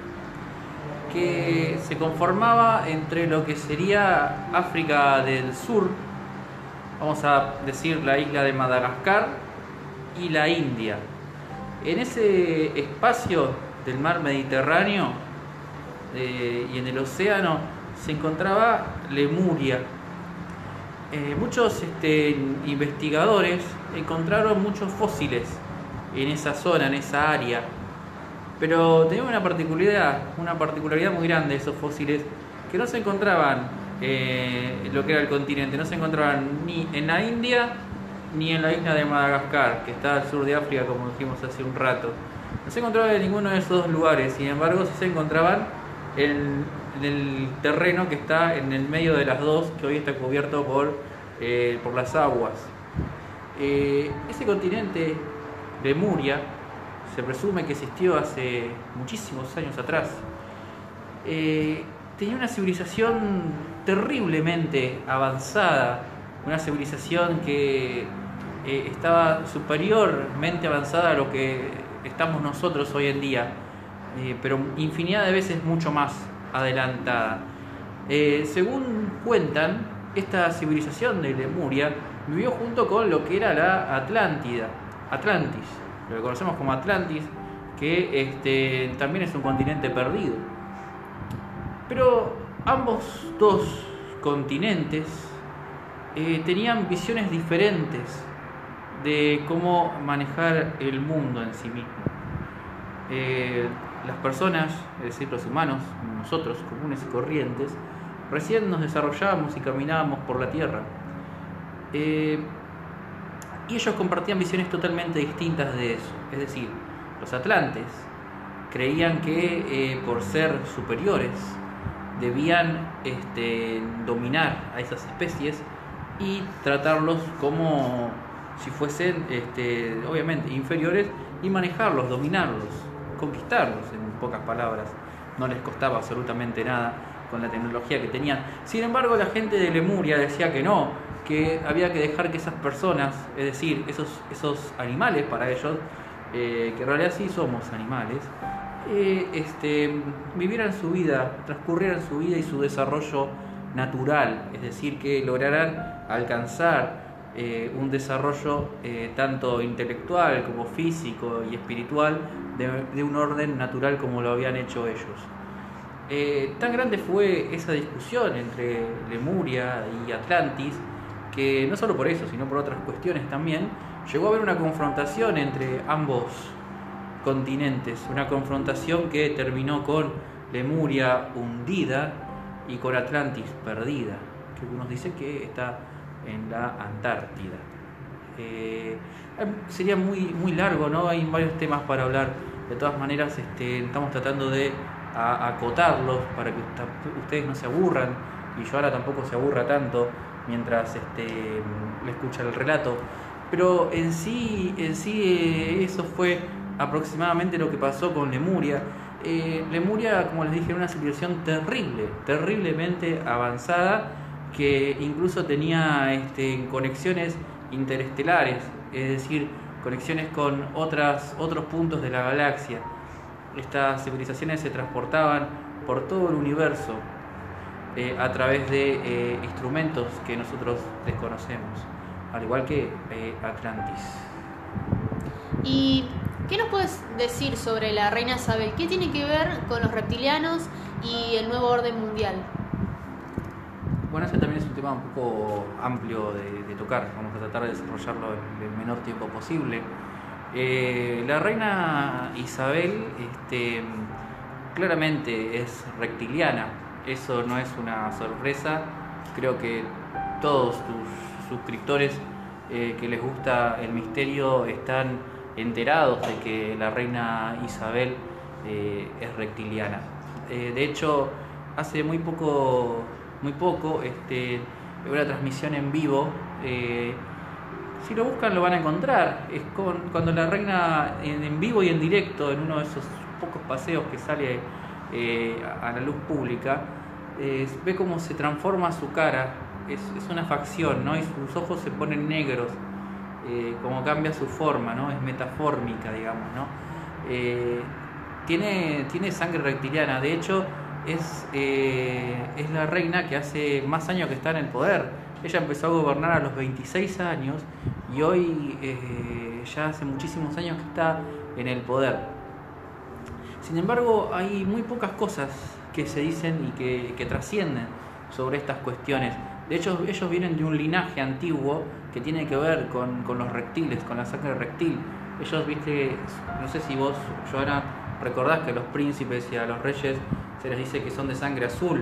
que se conformaba entre lo que sería África del Sur, vamos a decir la isla de Madagascar, y la India. En ese espacio del mar Mediterráneo eh, y en el océano se encontraba Lemuria. Eh, muchos este, investigadores encontraron muchos fósiles en esa zona, en esa área, pero tenía una particularidad, una particularidad muy grande esos fósiles, que no se encontraban eh, en lo que era el continente, no se encontraban ni en la India ni en la isla de Madagascar, que está al sur de África, como dijimos hace un rato. No se encontraban en ninguno de esos dos lugares, sin embargo sí se encontraban en, en el terreno que está en el medio de las dos, que hoy está cubierto por, eh, por las aguas. Eh, ese continente, Lemuria, se presume que existió hace muchísimos años atrás. Eh, tenía una civilización terriblemente avanzada, una civilización que eh, estaba superiormente avanzada a lo que estamos nosotros hoy en día, eh, pero infinidad de veces mucho más adelantada. Eh, según cuentan, esta civilización de Lemuria vivió junto con lo que era la Atlántida, Atlantis, lo que conocemos como Atlantis, que este, también es un continente perdido. Pero ambos dos continentes eh, tenían visiones diferentes de cómo manejar el mundo en sí mismo. Eh, las personas, es decir, los humanos, nosotros comunes y corrientes, recién nos desarrollábamos y caminábamos por la Tierra. Eh, y ellos compartían visiones totalmente distintas de eso. Es decir, los atlantes creían que eh, por ser superiores debían este, dominar a esas especies y tratarlos como si fuesen este, obviamente inferiores, y manejarlos, dominarlos, conquistarlos, en pocas palabras. No les costaba absolutamente nada con la tecnología que tenían. Sin embargo, la gente de Lemuria decía que no, que había que dejar que esas personas, es decir, esos, esos animales para ellos, eh, que en realidad sí somos animales, eh, este, vivieran su vida, transcurrieran su vida y su desarrollo natural, es decir, que lograran alcanzar eh, un desarrollo eh, tanto intelectual como físico y espiritual de, de un orden natural como lo habían hecho ellos. Eh, tan grande fue esa discusión entre Lemuria y Atlantis que no solo por eso, sino por otras cuestiones también, llegó a haber una confrontación entre ambos continentes, una confrontación que terminó con Lemuria hundida y con Atlantis perdida, que algunos dicen que está en la Antártida. Eh, sería muy, muy largo, ¿no? Hay varios temas para hablar. De todas maneras, este, estamos tratando de a, acotarlos para que ustedes no se aburran y yo ahora tampoco se aburra tanto mientras este, le escucha el relato. Pero en sí, en sí eh, eso fue aproximadamente lo que pasó con Lemuria. Eh, Lemuria, como les dije, era una civilización terrible, terriblemente avanzada, que incluso tenía este, conexiones interestelares, es decir, conexiones con otras, otros puntos de la galaxia. Estas civilizaciones se transportaban por todo el universo eh, a través de eh, instrumentos que nosotros desconocemos, al igual que eh, Atlantis. ¿Y qué nos puedes decir sobre la reina Isabel? ¿Qué tiene que ver con los reptilianos y el nuevo orden mundial? Bueno, ese también es un tema un poco amplio de, de tocar. Vamos a tratar de desarrollarlo en el menor tiempo posible. Eh, la reina Isabel este, claramente es reptiliana. Eso no es una sorpresa. Creo que todos tus suscriptores eh, que les gusta el misterio están enterados de que la reina Isabel eh, es reptiliana. Eh, de hecho, hace muy poco, muy poco, este, una transmisión en vivo. Eh, si lo buscan lo van a encontrar. Es con, cuando la reina en, en vivo y en directo, en uno de esos pocos paseos que sale eh, a, a la luz pública, eh, ve cómo se transforma su cara. Es, es una facción, ¿no? Y sus ojos se ponen negros. Eh, como cambia su forma, ¿no? Es metafórmica, digamos, ¿no? Eh, tiene, tiene sangre reptiliana. De hecho, es, eh, es la reina que hace más años que está en el poder. Ella empezó a gobernar a los veintiséis años y hoy eh, ya hace muchísimos años que está en el poder. Sin embargo, hay muy pocas cosas que se dicen y que, que trascienden sobre estas cuestiones. De hecho, ellos vienen de un linaje antiguo que tiene que ver con, con los reptiles, con la sangre reptil. Ellos, viste, no sé si vos, Joana, recordás que a los príncipes y a los reyes se les dice que son de sangre azul,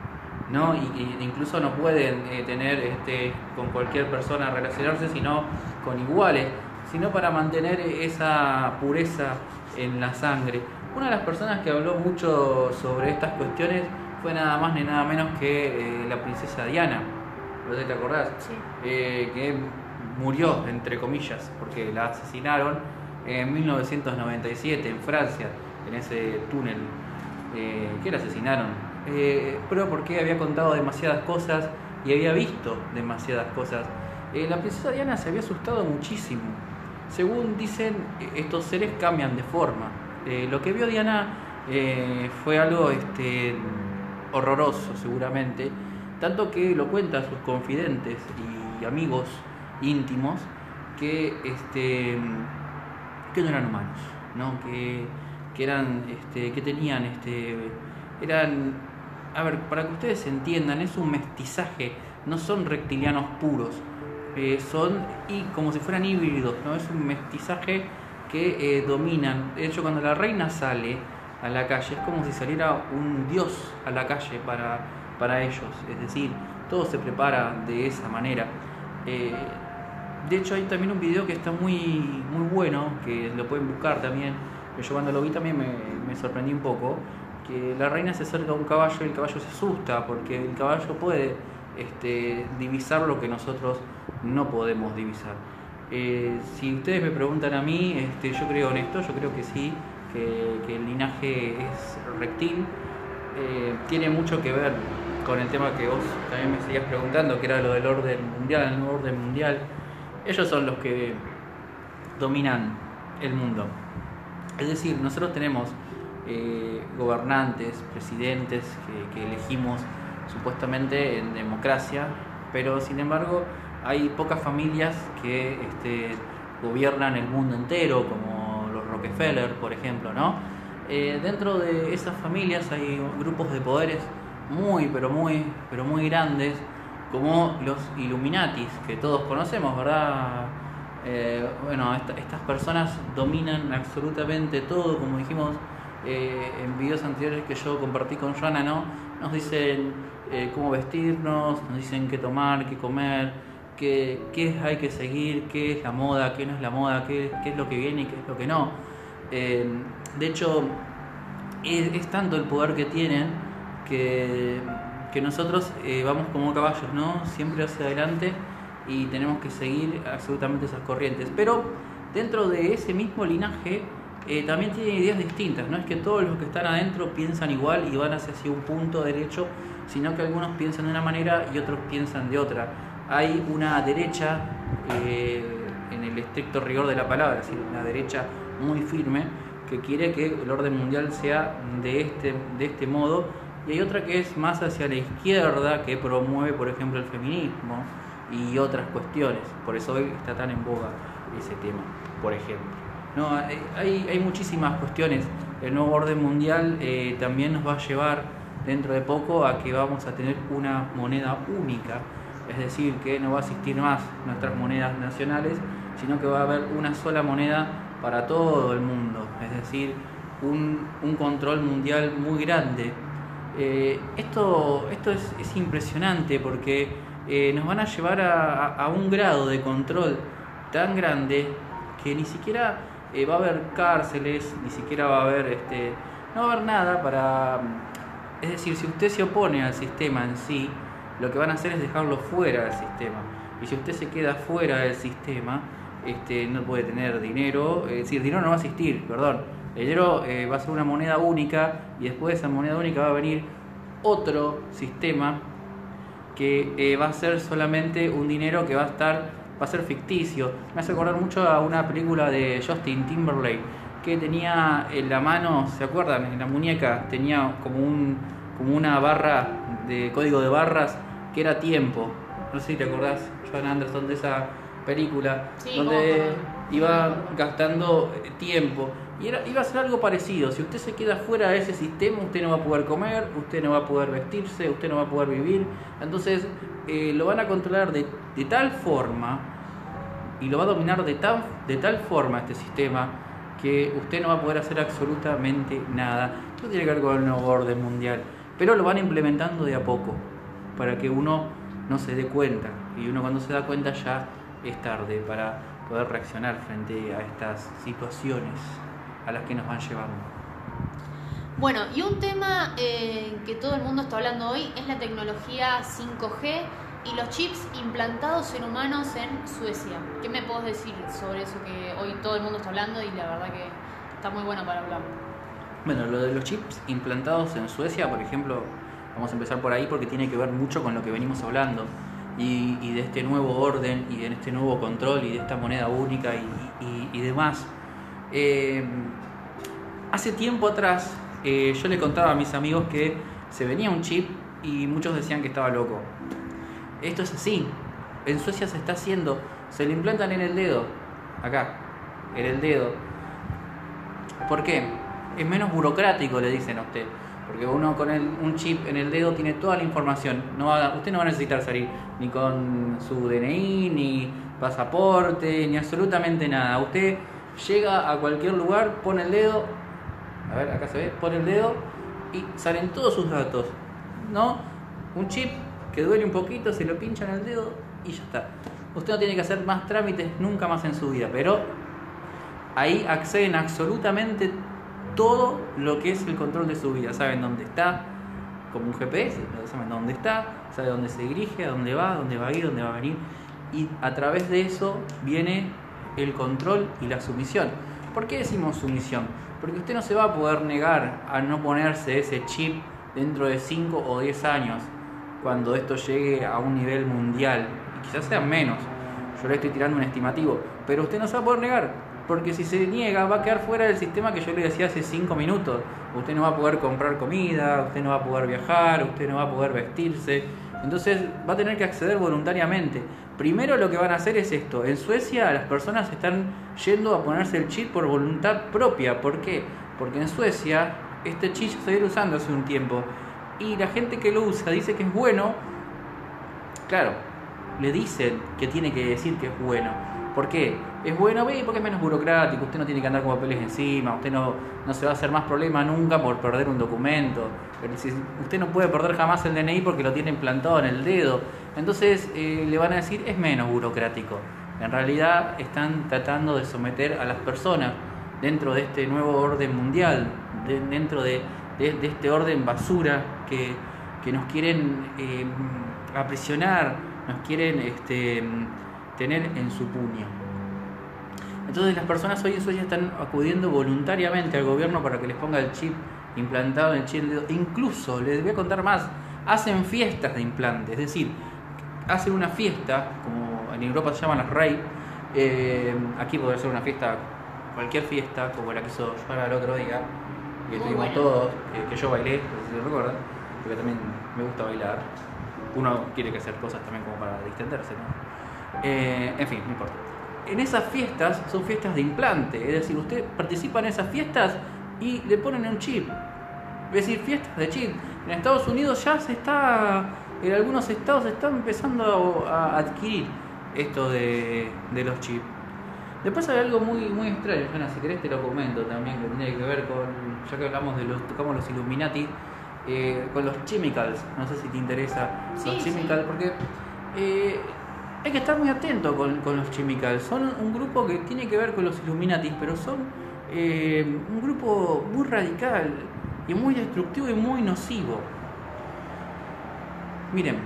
¿no? Y, y incluso no pueden eh, tener este, con cualquier persona relacionarse, sino con iguales, sino para mantener esa pureza en la sangre. Una de las personas que habló mucho sobre estas cuestiones fue nada más ni nada menos que eh, la princesa Diana, ¿no te acordás? Sí. Eh, que murió, entre comillas, porque la asesinaron en mil novecientos noventa y siete en Francia, en ese túnel. Eh, que la asesinaron, eh, pero porque había contado demasiadas cosas y había visto demasiadas cosas. Eh, la princesa Diana se había asustado muchísimo. Según dicen, estos seres cambian de forma. Eh, lo que vio Diana eh, fue algo este, horroroso, seguramente, tanto que lo cuentan sus confidentes y amigos íntimos que, este, que no eran humanos, ¿no? que, que eran, este, que tenían, este, eran, a ver, para que ustedes entiendan, es un mestizaje, no son reptilianos puros, eh, son y como si fueran híbridos, ¿no? Es un mestizaje que eh, dominan. De hecho, cuando la reina sale a la calle, es como si saliera un dios a la calle para, para ellos, es decir, todo se prepara de esa manera. Eh, de hecho, hay también un video que está muy, muy bueno, que lo pueden buscar también. Yo cuando lo vi también me, me sorprendí un poco, que la reina se acerca a un caballo y el caballo se asusta, porque el caballo puede este, divisar lo que nosotros no podemos divisar. Eh, si ustedes me preguntan a mí, este, yo creo en esto, yo creo que sí, que, que el linaje es reptil. eh, tiene mucho que ver con el tema que vos también me seguías preguntando, que era lo del orden mundial, el nuevo orden mundial. Ellos son los que dominan el mundo. Es decir, nosotros tenemos eh, gobernantes, presidentes que, que elegimos supuestamente en democracia, pero sin embargo hay pocas familias que este, gobiernan el mundo entero, como los Rockefeller, por ejemplo, ¿no? Eh, dentro de esas familias hay grupos de poderes muy, pero muy, pero muy grandes, como los Illuminatis, que todos conocemos, ¿verdad? Eh, bueno, esta, estas personas dominan absolutamente todo, como dijimos eh, en videos anteriores que yo compartí con Joana, ¿no? Nos dicen eh, cómo vestirnos, nos dicen qué tomar, qué comer, qué, qué hay que seguir, qué es la moda, qué no es la moda, qué, qué es lo que viene y qué es lo que no. Eh, de hecho, es, es tanto el poder que tienen que, que nosotros eh, vamos como caballos, ¿no? Siempre hacia adelante y tenemos que seguir absolutamente esas corrientes. Pero dentro de ese mismo linaje eh, también tienen ideas distintas. No es que todos los que están adentro piensan igual y van hacia, hacia un punto derecho, sino que algunos piensan de una manera y otros piensan de otra. Hay una derecha, eh, en el estricto rigor de la palabra, es decir, una derecha muy firme, que quiere que el orden mundial sea de este, de este modo, y hay otra que es más hacia la izquierda, que promueve, por ejemplo, el feminismo y otras cuestiones. Por eso hoy está tan en boga ese tema, por ejemplo. No, hay, hay muchísimas cuestiones. El nuevo orden mundial eh, también nos va a llevar dentro de poco a que vamos a tener una moneda única, es decir, que no va a existir más nuestras monedas nacionales, sino que va a haber una sola moneda para todo el mundo, es decir, un, un control mundial muy grande. Eh, esto esto es, es impresionante porque eh, nos van a llevar a, a, a un grado de control tan grande que ni siquiera eh, va a haber cárceles, ni siquiera va a haber, este, no va a haber nada para... Es decir, si usted se opone al sistema en sí, lo que van a hacer es dejarlo fuera del sistema. Y si usted se queda fuera del sistema, este, no puede tener dinero, es decir, dinero no va a existir, perdón. El dinero eh, va a ser una moneda única y después de esa moneda única va a venir otro sistema que eh, va a ser solamente un dinero que va a estar, va a ser ficticio. Me hace acordar mucho a una película de Justin Timberlake que tenía en la mano, ¿se acuerdan? En la muñeca tenía como un como una barra de código de barras que era tiempo. No sé si te acordás, Joan Anderson, de esa película, sí, donde iba gastando tiempo. Y era, iba a ser algo parecido. Si usted se queda fuera de ese sistema, usted no va a poder comer, usted no va a poder vestirse, usted no va a poder vivir. Entonces eh, lo van a controlar de, de tal forma y lo va a dominar de, tan, de tal forma este sistema que usted no va a poder hacer absolutamente nada. Esto tiene que ver con el nuevo orden mundial, pero lo van implementando de a poco para que uno no se dé cuenta, y uno cuando se da cuenta ya es tarde para poder reaccionar frente a estas situaciones a las que nos van llevando. Bueno, y un tema eh, que todo el mundo está hablando hoy es la tecnología cinco G y los chips implantados en humanos en Suecia. ¿Qué me podés decir sobre eso que hoy todo el mundo está hablando y la verdad que está muy bueno para hablar? Bueno, lo de los chips implantados en Suecia, por ejemplo, vamos a empezar por ahí porque tiene que ver mucho con lo que venimos hablando y, y de este nuevo orden y de este nuevo control y de esta moneda única y, y, y demás. Eh, hace tiempo atrás eh, yo le contaba a mis amigos que se venía un chip y muchos decían que estaba loco. Esto es así. En Suecia se está haciendo, se lo implantan en el dedo, acá, en el dedo. ¿Por qué? Es menos burocrático, le dicen a usted, porque uno con el, un chip en el dedo tiene toda la información. No va, usted no va a necesitar salir ni con su D N I, ni pasaporte, ni absolutamente nada. Usted llega a cualquier lugar, pone el dedo, a ver, acá se ve, pone el dedo y salen todos sus datos, ¿no? Un chip que duele un poquito, se lo pincha en el dedo y ya está. Usted no tiene que hacer más trámites nunca más en su vida, pero ahí acceden absolutamente todo lo que es el control de su vida. Saben dónde está, como un G P S, saben dónde está, saben dónde se dirige, a dónde va, dónde va a ir, dónde va a venir. Y a través de eso viene el control y la sumisión. ¿Por qué decimos sumisión? Porque usted no se va a poder negar a no ponerse ese chip dentro de cinco o diez años, cuando esto llegue a un nivel mundial, y quizás sean menos, yo le estoy tirando un estimativo, pero usted no se va a poder negar, porque si se niega va a quedar fuera del sistema que yo le decía hace cinco minutos. Usted no va a poder comprar comida, usted no va a poder viajar, usted no va a poder vestirse, entonces va a tener que acceder voluntariamente. Primero lo que van a hacer es esto. En Suecia las personas están yendo a ponerse el chip por voluntad propia. ¿Por qué? Porque en Suecia este chip se viene usando hace un tiempo y la gente que lo usa dice que es bueno. Claro, le dicen que tiene que decir que es bueno. ¿Por qué? Es bueno, ve, porque es menos burocrático, usted no tiene que andar con papeles encima, usted no, no se va a hacer más problema nunca por perder un documento. Usted no puede perder jamás el D N I porque lo tiene implantado en el dedo. Entonces eh, le van a decir es menos burocrático. En realidad están tratando de someter a las personas dentro de este nuevo orden mundial, de, dentro de, de, de este orden basura que, que nos quieren eh, aprisionar, nos quieren este, tener en su puño. Entonces las personas hoy en Suecia están acudiendo voluntariamente al gobierno para que les ponga el chip implantado en el chip del dedo. Incluso, les voy a contar más, hacen fiestas de implante, es decir, hacen una fiesta, como en Europa se llaman las rave, eh, aquí podría ser una fiesta, cualquier fiesta, como la que hizo Joana el otro día, que Muy estuvimos bueno. todos, que, que yo bailé, no sé si lo recuerdan, porque también me gusta bailar. Uno quiere que hacer cosas también como para distenderse, ¿no? Eh, en fin, no importa. En esas fiestas son fiestas de implante, es decir, usted participa en esas fiestas y le ponen un chip. Es decir, fiestas de chip. En Estados Unidos ya se está, en algunos estados se está empezando a, a adquirir esto de, de los chips. Después hay algo muy, muy extraño, Joana, si querés te lo comento también, que tiene que ver con, ya que hablamos de los, tocamos los Illuminati, eh, con los chemicals. No sé si te interesa Sí, los sí. chemicals, porque eh, hay que estar muy atento con, con los chemicals. Son un grupo que tiene que ver con los Illuminati, pero son eh, un grupo muy radical y muy destructivo y muy nocivo. Miren,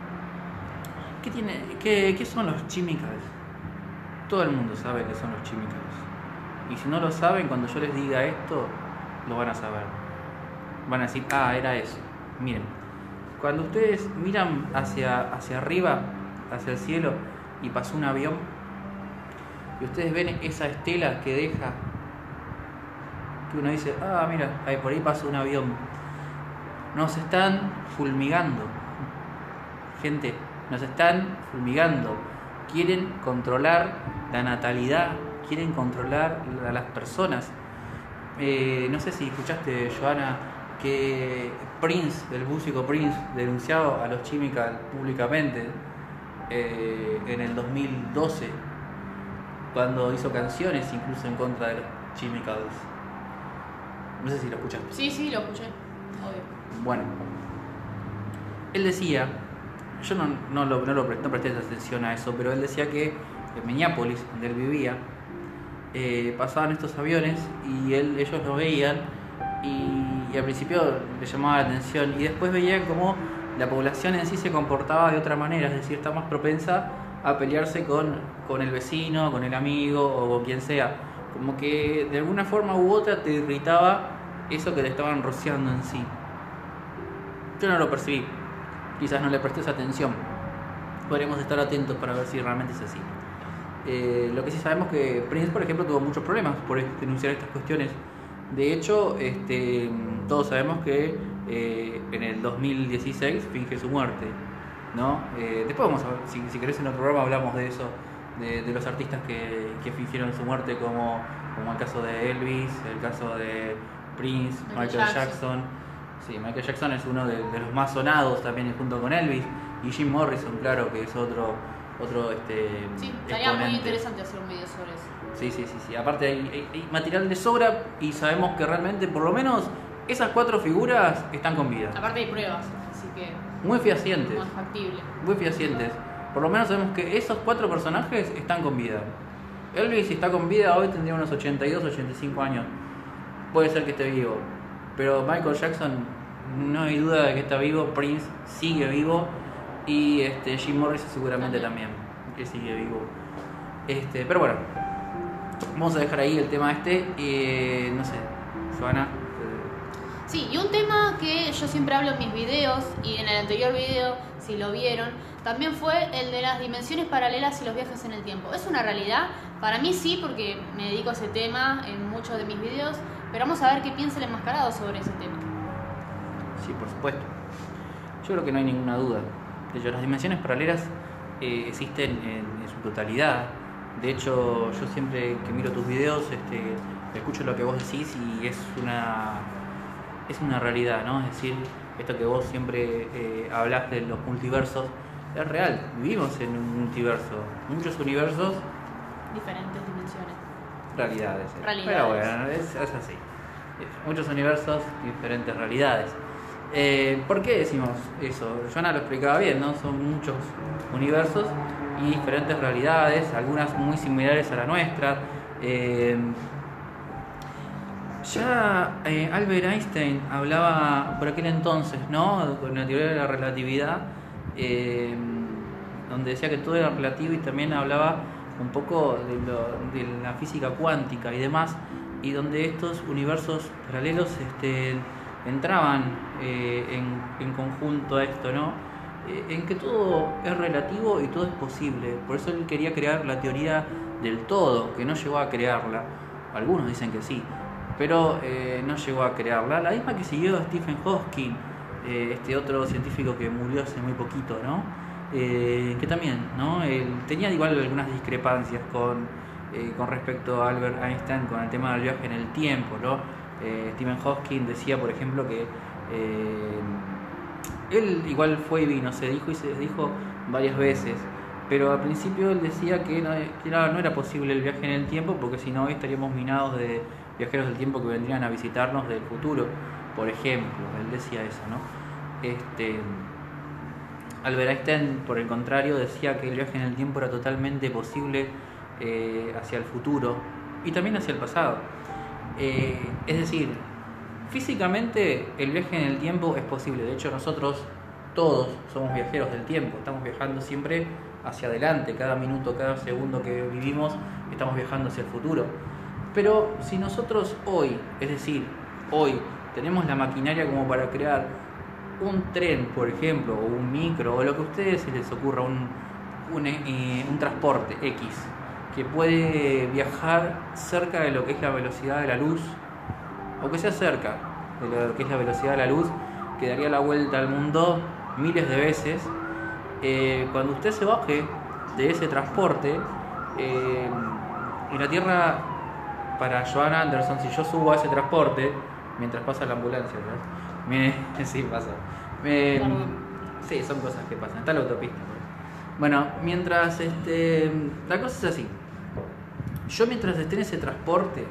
¿qué, tiene, qué, qué son los chemicals? Todo el mundo sabe que son los chemicals. Y si no lo saben, cuando yo les diga esto, lo van a saber. Van a decir, ah, era eso. Miren, cuando ustedes miran hacia, hacia arriba, hacia el cielo, y pasó un avión, y ustedes ven esa estela que deja, que uno dice, ah, mira, ahí por ahí pasó un avión. Nos están fulmigando. Gente, nos están fulmigando. Quieren controlar la natalidad, quieren controlar a las personas. Eh, no sé si escuchaste, Joana, que Prince, el músico Prince, denunciado a los chemicals públicamente eh, en el dos mil doce, cuando hizo canciones incluso en contra de los chemicals. No sé si lo escuchaste. Sí, sí, lo escuché, obvio. Bueno, él decía, yo no, no, lo, no, lo, no presté atención a eso, pero él decía que en Minneapolis, donde él vivía, eh, pasaban estos aviones y él, ellos lo veían y, y al principio le llamaba la atención y después veían cómo la población en sí se comportaba de otra manera, es decir, está más propensa a pelearse con, con el vecino, con el amigo o con quien sea, como que de alguna forma u otra te irritaba eso que te estaban rociando en sí. Yo no lo percibí, quizás no le prestes atención, podremos estar atentos para ver si realmente es así. Eh, lo que sí sabemos que Prince, por ejemplo, tuvo muchos problemas por denunciar estas cuestiones. De hecho, este, todos sabemos que eh, en el dos mil dieciséis finge su muerte, ¿no? Eh, después vamos a ver, si, si querés en otro programa hablamos de eso, de, de los artistas que, que fingieron su muerte, como, como el caso de Elvis, el caso de Prince, Michael Michael Jackson. Jackson. Sí, Michael Jackson es uno de, de los más sonados también junto con Elvis, y Jim Morrison, claro, que es otro, otro este, Sí, estaría muy exponente. interesante hacer un video sobre eso. Sí, sí, sí, sí. Aparte hay, hay- hay material de sobra y sabemos que realmente por lo menos esas cuatro figuras están con vida. Aparte hay pruebas, así que Muy fehacientes, más factible. muy fehacientes. Por lo menos sabemos que esos cuatro personajes están con vida. Elvis, si está con vida hoy, tendría unos ochenta y dos, ochenta y cinco años. Puede ser que esté vivo. Pero Michael Jackson, no hay duda de que está vivo. Prince sigue vivo. Y este, Jim Morrison seguramente también, que sigue vivo. Este, pero bueno, vamos a dejar ahí el tema este. Eh, no sé, Joana. Sí, y un tema que yo siempre hablo en mis videos y en el anterior video, si lo vieron, también fue el de las dimensiones paralelas y los viajes en el tiempo. ¿Es una realidad? Para mí sí, porque me dedico a ese tema en muchos de mis videos, pero vamos a ver qué piensa el enmascarado sobre ese tema. Sí, por supuesto. Yo creo que no hay ninguna duda. De hecho, las dimensiones paralelas eh, existen en, en su totalidad. De hecho, yo siempre que miro tus videos, este, escucho lo que vos decís y es una, es una realidad, ¿no? Es decir, esto que vos siempre eh, hablas de los multiversos, es real. Vivimos en un multiverso, muchos universos. Diferentes dimensiones. Realidades. Eh. Realidades. Pero bueno, es, es así. Muchos universos, diferentes realidades. Eh, ¿Por qué decimos eso? Joana lo explicaba bien, ¿no? Son muchos universos y diferentes realidades, algunas muy similares a la nuestra. Eh, ya eh, Albert Einstein hablaba por aquel entonces, ¿no? Con la teoría de la relatividad, eh, donde decía que todo era relativo y también hablaba un poco de, lo, de la física cuántica y demás, y donde estos universos paralelos este, entraban eh, en, en conjunto a esto, ¿no? Eh, en que todo es relativo y todo es posible. Por eso él quería crear la teoría del todo, que no llegó a crearla. Algunos dicen que sí, pero eh, no llegó a crearla. La misma que siguió Stephen Hawking, eh, este otro científico que murió hace muy poquito, ¿no? Eh, que también, ¿no? Él tenía igual algunas discrepancias con, eh, con respecto a Albert Einstein con el tema del viaje en el tiempo, ¿no? Eh, Stephen Hawking decía, por ejemplo, que eh, él igual fue y vino, se dijo y se dijo varias veces, pero al principio él decía que no, que no era posible el viaje en el tiempo porque si no hoy estaríamos minados de viajeros del tiempo que vendrían a visitarnos del futuro, por ejemplo. Él decía eso, ¿no? Este, Albert Einstein, por el contrario, decía que el viaje en el tiempo era totalmente posible eh, hacia el futuro y también hacia el pasado. Eh, es decir, físicamente el viaje en el tiempo es posible. De hecho, nosotros todos somos viajeros del tiempo. Estamos viajando siempre hacia adelante. Cada minuto, cada segundo que vivimos, estamos viajando hacia el futuro. Pero si nosotros hoy, es decir, hoy tenemos la maquinaria como para crear un tren, por ejemplo, o un micro, o lo que a ustedes se les ocurra, un, un, eh, un transporte X, que puede viajar cerca de lo que es la velocidad de la luz, o que sea cerca de lo que es la velocidad de la luz, que daría la vuelta al mundo miles de veces. Eh, cuando usted se baje de ese transporte, eh, en la Tierra, para Joana Anderson, si yo subo a ese transporte, mientras pasa la ambulancia, ¿verdad? Mire, sí pasa. Eh, sí, son cosas que pasan. Está la autopista. Bueno, mientras este, la cosa es así. Yo mientras esté en ese transporte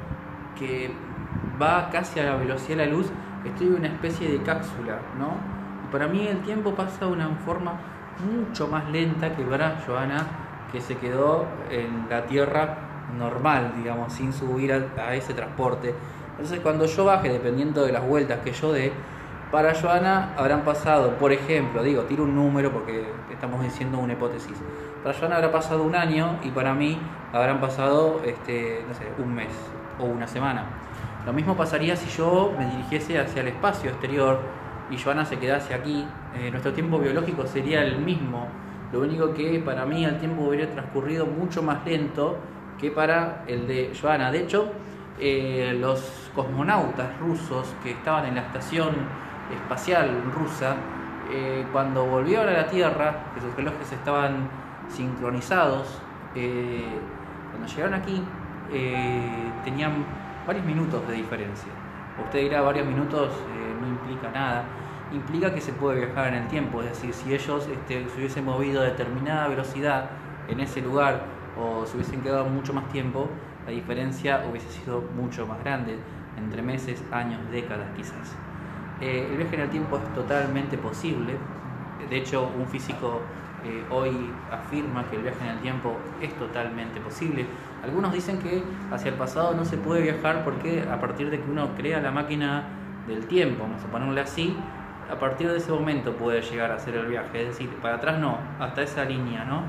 que va casi a la velocidad de la luz, estoy en una especie de cápsula, ¿no? Y para mí el tiempo pasa de una forma mucho más lenta que para Joana, que se quedó en la Tierra normal, digamos, sin subir a, a ese transporte. Entonces cuando yo baje, dependiendo de las vueltas que yo dé, para Joana habrán pasado, por ejemplo, digo, tiro un número porque estamos diciendo una hipótesis. Para Joana habrá pasado un año y para mí habrán pasado, este, no sé, un mes o una semana. Lo mismo pasaría si yo me dirigiese hacia el espacio exterior y Joana se quedase aquí. Eh, nuestro tiempo biológico sería el mismo. Lo único que para mí el tiempo hubiera transcurrido mucho más lento que para el de Joana. De hecho, eh, los cosmonautas rusos que estaban en la estación espacial rusa, eh, cuando volvieron a la Tierra, que sus relojes estaban sincronizados, eh, cuando llegaron aquí eh, tenían varios minutos de diferencia. Usted dirá, varios minutos eh, no implica nada, implica que se puede viajar en el tiempo. Es decir, si ellos este, se hubiesen movido a determinada velocidad en ese lugar o se hubiesen quedado mucho más tiempo, la diferencia hubiese sido mucho más grande, entre meses, años, décadas quizás. Eh, el viaje en el tiempo es totalmente posible. De hecho, un físico eh, hoy afirma que el viaje en el tiempo es totalmente posible. Algunos dicen que hacia el pasado no se puede viajar porque a partir de que uno crea la máquina del tiempo, vamos a ponerle así, a partir de ese momento puede llegar a hacer el viaje. Es decir, para atrás no, hasta esa línea, ¿no?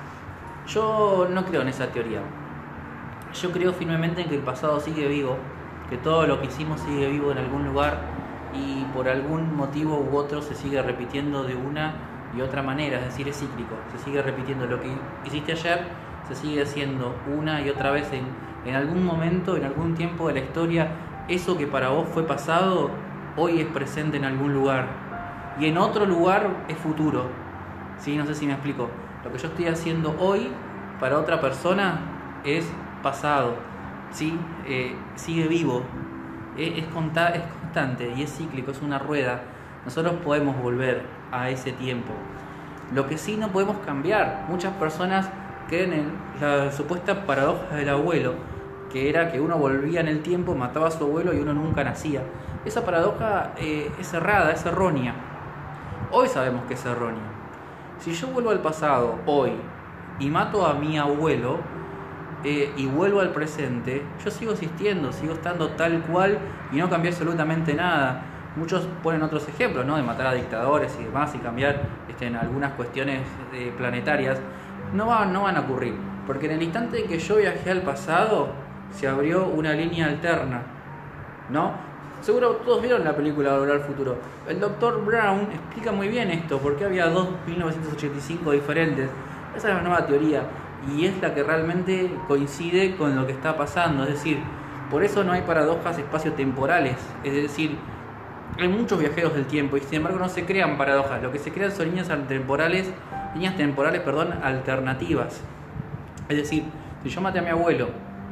Yo no creo en esa teoría. Yo creo firmemente en que el pasado sigue vivo, que todo lo que hicimos sigue vivo en algún lugar y por algún motivo u otro se sigue repitiendo de una y otra manera, es decir, es cíclico, se sigue repitiendo lo que hiciste ayer, se sigue haciendo una y otra vez en, en algún momento, en algún tiempo de la historia, eso que para vos fue pasado, hoy es presente en algún lugar y en otro lugar es futuro, ¿sí? No sé si me explico, lo que yo estoy haciendo hoy para otra persona es pasado, ¿sí? Eh, sigue vivo, es, es, conta, es constante y es cíclico, es una rueda. Nosotros podemos volver a ese tiempo. Lo que sí no podemos cambiar, muchas personas creen en la supuesta paradoja del abuelo, que era que uno volvía en el tiempo, mataba a su abuelo y uno nunca nacía. Esa paradoja eh, es errada, es errónea. Hoy sabemos que es errónea. Si yo vuelvo al pasado hoy y mato a mi abuelo eh, y vuelvo al presente, yo sigo existiendo, sigo estando tal cual y no cambié absolutamente nada. Muchos ponen otros ejemplos, ¿no? De matar a dictadores y demás y cambiar este, en algunas cuestiones eh, planetarias. No, va, no van a ocurrir, porque en el instante en que yo viajé al pasado, se abrió una línea alterna, ¿no? Seguro todos vieron la película Volver al Futuro. El doctor Brown explica muy bien esto, porque había dos mil novecientos ochenta y cinco diferentes. Esa es la nueva teoría, y es la que realmente coincide con lo que está pasando. Es decir, por eso no hay paradojas espaciotemporales, es decir, hay muchos viajeros del tiempo y sin embargo no se crean paradojas. Lo que se crean son líneas temporales, líneas temporales, perdón, alternativas. Es decir, si yo maté a mi abuelo,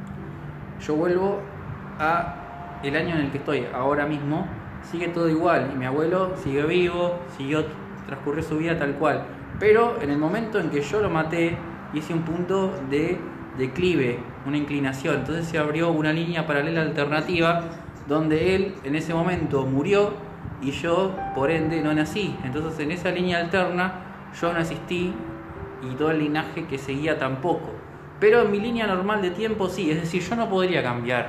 yo vuelvo a el año en el que estoy ahora mismo, sigue todo igual y mi abuelo sigue vivo, siguió, transcurrió su vida tal cual. Pero en el momento en que yo lo maté, hice un punto de declive, una inclinación. Entonces se abrió una línea paralela alternativa donde él en ese momento murió y yo por ende no nací. Entonces en esa línea alterna yo no existí y todo el linaje que seguía tampoco. Pero en mi línea normal de tiempo sí, es decir, yo no podría cambiar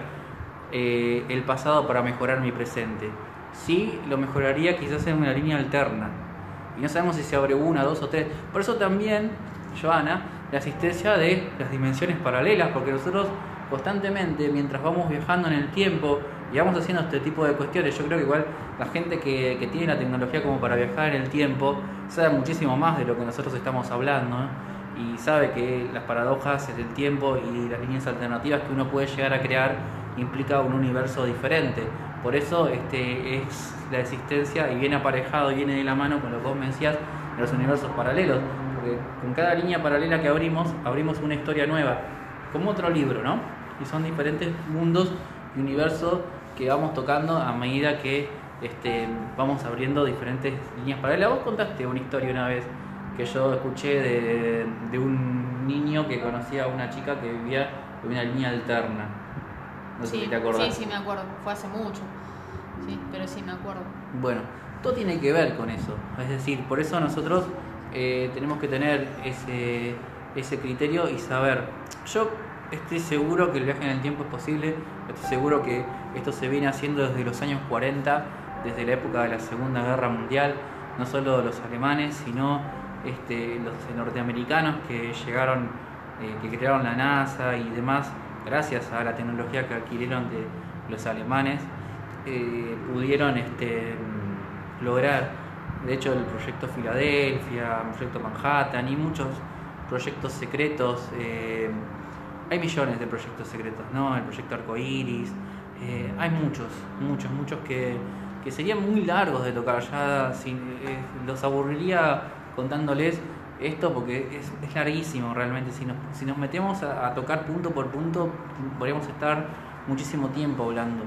eh, el pasado para mejorar mi presente. Sí lo mejoraría quizás en una línea alterna. Y no sabemos si se abre una, dos o tres. Por eso también, Joana, la existencia de las dimensiones paralelas, porque nosotros constantemente, mientras vamos viajando en el tiempo y vamos haciendo este tipo de cuestiones, yo creo que igual la gente que, que tiene la tecnología como para viajar en el tiempo sabe muchísimo más de lo que nosotros estamos hablando, ¿no? Y sabe que las paradojas del tiempo y las líneas alternativas que uno puede llegar a crear implica un universo diferente. Por eso este, es la existencia, y viene aparejado y viene de la mano con lo que vos me decías, de los universos paralelos, porque con cada línea paralela que abrimos, abrimos una historia nueva, como otro libro, ¿no? Y son diferentes mundos y universos que vamos tocando a medida que este, vamos abriendo diferentes líneas paralelas. Vos contaste una historia una vez que yo escuché de, de un niño que conocía a una chica que vivía en una línea alterna. No sé sí, si te acordás. Sí, sí, me acuerdo. Fue hace mucho. Sí, pero sí me acuerdo. Bueno, todo tiene que ver con eso. Es decir, por eso nosotros eh, tenemos que tener ese, ese criterio y saber. Yo estoy seguro que el viaje en el tiempo es posible. Estoy seguro que esto se viene haciendo desde los años cuarenta, desde la época de la Segunda Guerra Mundial. No solo los alemanes, sino este, los norteamericanos que llegaron, eh, que crearon la NASA y demás, gracias a la tecnología que adquirieron de los alemanes, eh, pudieron este, lograr, de hecho, el proyecto Filadelfia, el proyecto Manhattan y muchos proyectos secretos. Eh, hay millones de proyectos secretos, ¿no? El proyecto Arcoiris, eh, hay muchos, muchos, muchos que, que serían muy largos de tocar. Ya sin, eh, los aburriría contándoles esto porque es, es larguísimo realmente. Si nos, si nos metemos a, a tocar punto por punto, podríamos estar muchísimo tiempo hablando.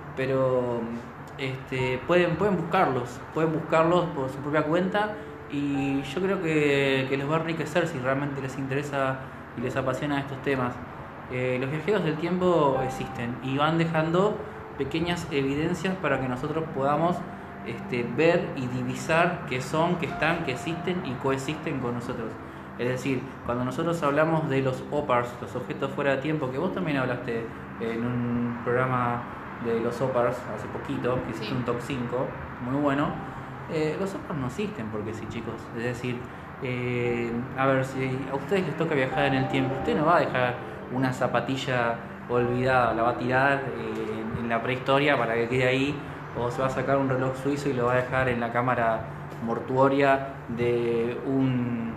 Pero este, pueden, pueden buscarlos, pueden buscarlos por su propia cuenta y yo creo que, que les va a enriquecer si realmente les interesa y les apasiona estos temas. Eh, los viajeros del tiempo existen y van dejando pequeñas evidencias para que nosotros podamos este, ver y divisar que son, que están, que existen y coexisten con nosotros. Es decir, cuando nosotros hablamos de los O P A Rs, los objetos fuera de tiempo, que vos también hablaste en un programa de los O P A Rs hace poquito, que hiciste sí. un top cinco, muy bueno, eh, los O P A Rs no existen porque sí, chicos. Es decir, eh, a ver, si a ustedes les toca viajar en el tiempo, usted no va a dejar una zapatilla olvidada, la va a tirar eh, en la prehistoria para que quede ahí o se va a sacar un reloj suizo y lo va a dejar en la cámara mortuoria de un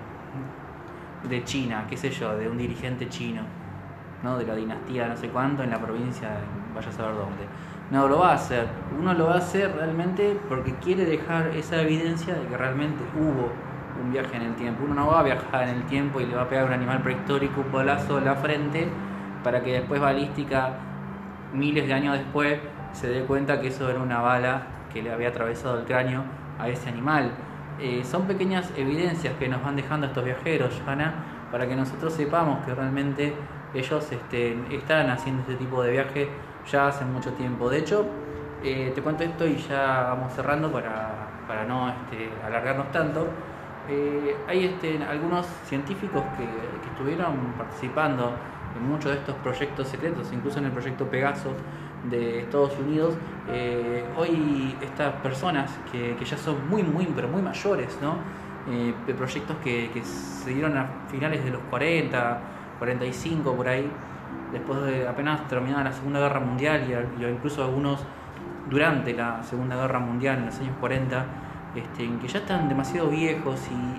de China, qué sé yo, de un dirigente chino, ¿no? De la dinastía no sé cuánto en la provincia, vaya a saber dónde. No lo va a hacer, uno lo va a hacer realmente porque quiere dejar esa evidencia de que realmente hubo un viaje en el tiempo. Uno no va a viajar en el tiempo y le va a pegar a un animal prehistórico un bolazo en la frente para que después balística, miles de años después, se dé cuenta que eso era una bala que le había atravesado el cráneo a ese animal. Eh, son pequeñas evidencias que nos van dejando estos viajeros, Johanna, para que nosotros sepamos que realmente ellos este, están haciendo este tipo de viaje ya hace mucho tiempo. De hecho, eh, te cuento esto y ya vamos cerrando para, para no este, alargarnos tanto. Eh, hay este, algunos científicos que, que estuvieron participando en muchos de estos proyectos secretos, incluso en el proyecto Pegaso de Estados Unidos. Eh, hoy estas personas que, que ya son muy, muy, pero muy mayores, ¿no? Eh, de proyectos que, que se dieron a finales de los cuarenta, cuarenta y cinco por ahí, después de apenas terminada la Segunda Guerra Mundial y, y incluso algunos durante la Segunda Guerra Mundial en los años cuarenta, este, que ya están demasiado viejos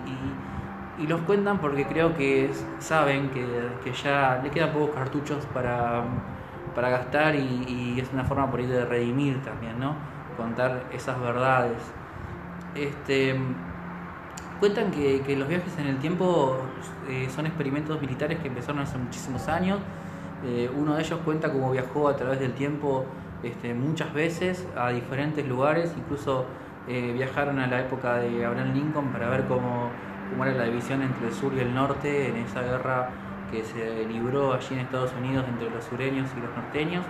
y, y, y los cuentan porque creo que saben que, que ya le quedan pocos cartuchos para, para gastar y, y es una forma por ahí de redimir también, ¿no? Contar esas verdades. Este, cuentan que, que los viajes en el tiempo eh, son experimentos militares que empezaron hace muchísimos años. Eh, uno de ellos cuenta cómo viajó a través del tiempo este, muchas veces a diferentes lugares, incluso eh, viajaron a la época de Abraham Lincoln para ver cómo, cómo era la división entre el sur y el norte en esa guerra que se libró allí en Estados Unidos entre los sureños y los norteños,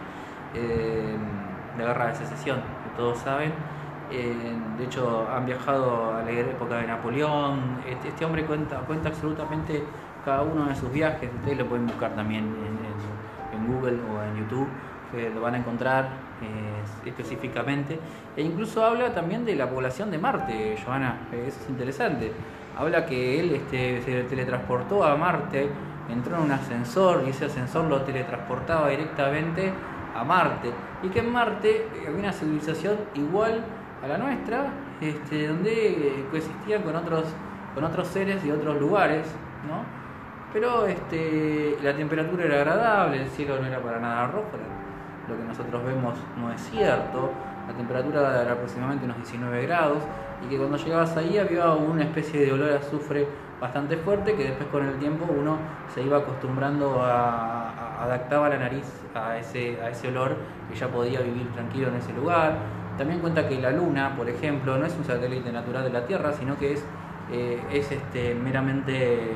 eh, la guerra de secesión, que todos saben. Eh, de hecho, han viajado a la época de Napoleón. Este, este hombre cuenta, cuenta absolutamente cada uno de sus viajes. Ustedes lo pueden buscar también en, en, en Google o en YouTube, que lo van a encontrar eh, específicamente. E incluso habla también de la población de Marte, Johanna. Eso es interesante. Habla que él este, se teletransportó a Marte, entró en un ascensor y ese ascensor lo teletransportaba directamente a Marte. Y que en Marte había una civilización igual a la nuestra, este, donde coexistían con otros, con otros seres de otros lugares, ¿no? Pero este, la temperatura era agradable, el cielo no era para nada rojo, lo que nosotros vemos no es cierto, la temperatura era aproximadamente unos diecinueve grados, y que cuando llegabas ahí había una especie de olor a azufre bastante fuerte, que después con el tiempo uno se iba acostumbrando a, a adaptaba la nariz a ese, a ese olor y ya podía vivir tranquilo en ese lugar. También cuenta que la Luna, por ejemplo, no es un satélite natural de la Tierra, sino que es, eh, es este, meramente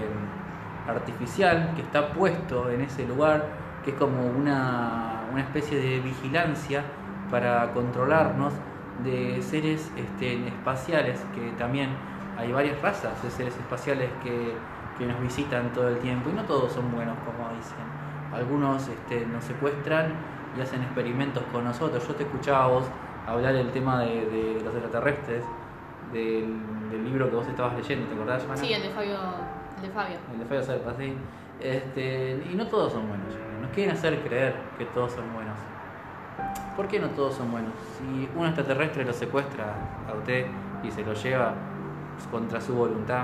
artificial, que está puesto en ese lugar, que es como una, una especie de vigilancia para controlarnos de seres este, espaciales, que también hay varias razas de seres espaciales que, que nos visitan todo el tiempo, y no todos son buenos, como dicen. Algunos este, nos secuestran y hacen experimentos con nosotros. Yo te escuchaba a vos hablar del tema de, de los extraterrestres, del, del libro que vos estabas leyendo, ¿te acordás, Johanna? Sí, el de Fabio. El de Fabio. El de Fabio Serpa, sí. Este, y no todos son buenos, nos quieren hacer creer que todos son buenos. ¿Por qué no todos son buenos? Si un extraterrestre lo secuestra a usted y se lo lleva contra su voluntad,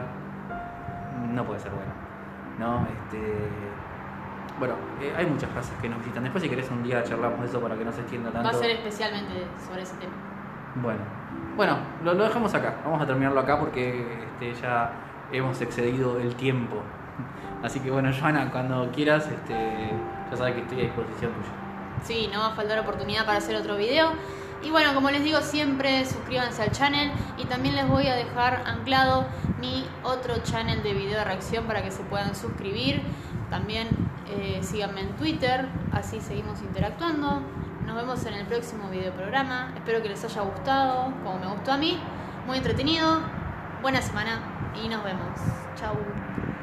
no puede ser bueno, ¿no? Este, bueno, eh, hay muchas razas que nos visitan. Después, si querés, un día charlamos de eso para que no se extienda tanto. Va a ser especialmente sobre ese tema. Bueno, bueno, lo, lo dejamos acá. Vamos a terminarlo acá porque este, ya hemos excedido el tiempo. Así que bueno, Johanna, cuando quieras, este, ya sabes que estoy a disposición tuya. Sí, no va a faltar oportunidad para hacer otro video. Y bueno, como les digo siempre, suscríbanse al channel y también les voy a dejar anclado mi otro channel de video de reacción para que se puedan suscribir. También eh, síganme en Twitter, así seguimos interactuando. Nos vemos en el próximo video programa. Espero que les haya gustado, como me gustó a mí. Muy entretenido. Buena semana y nos vemos. Chau.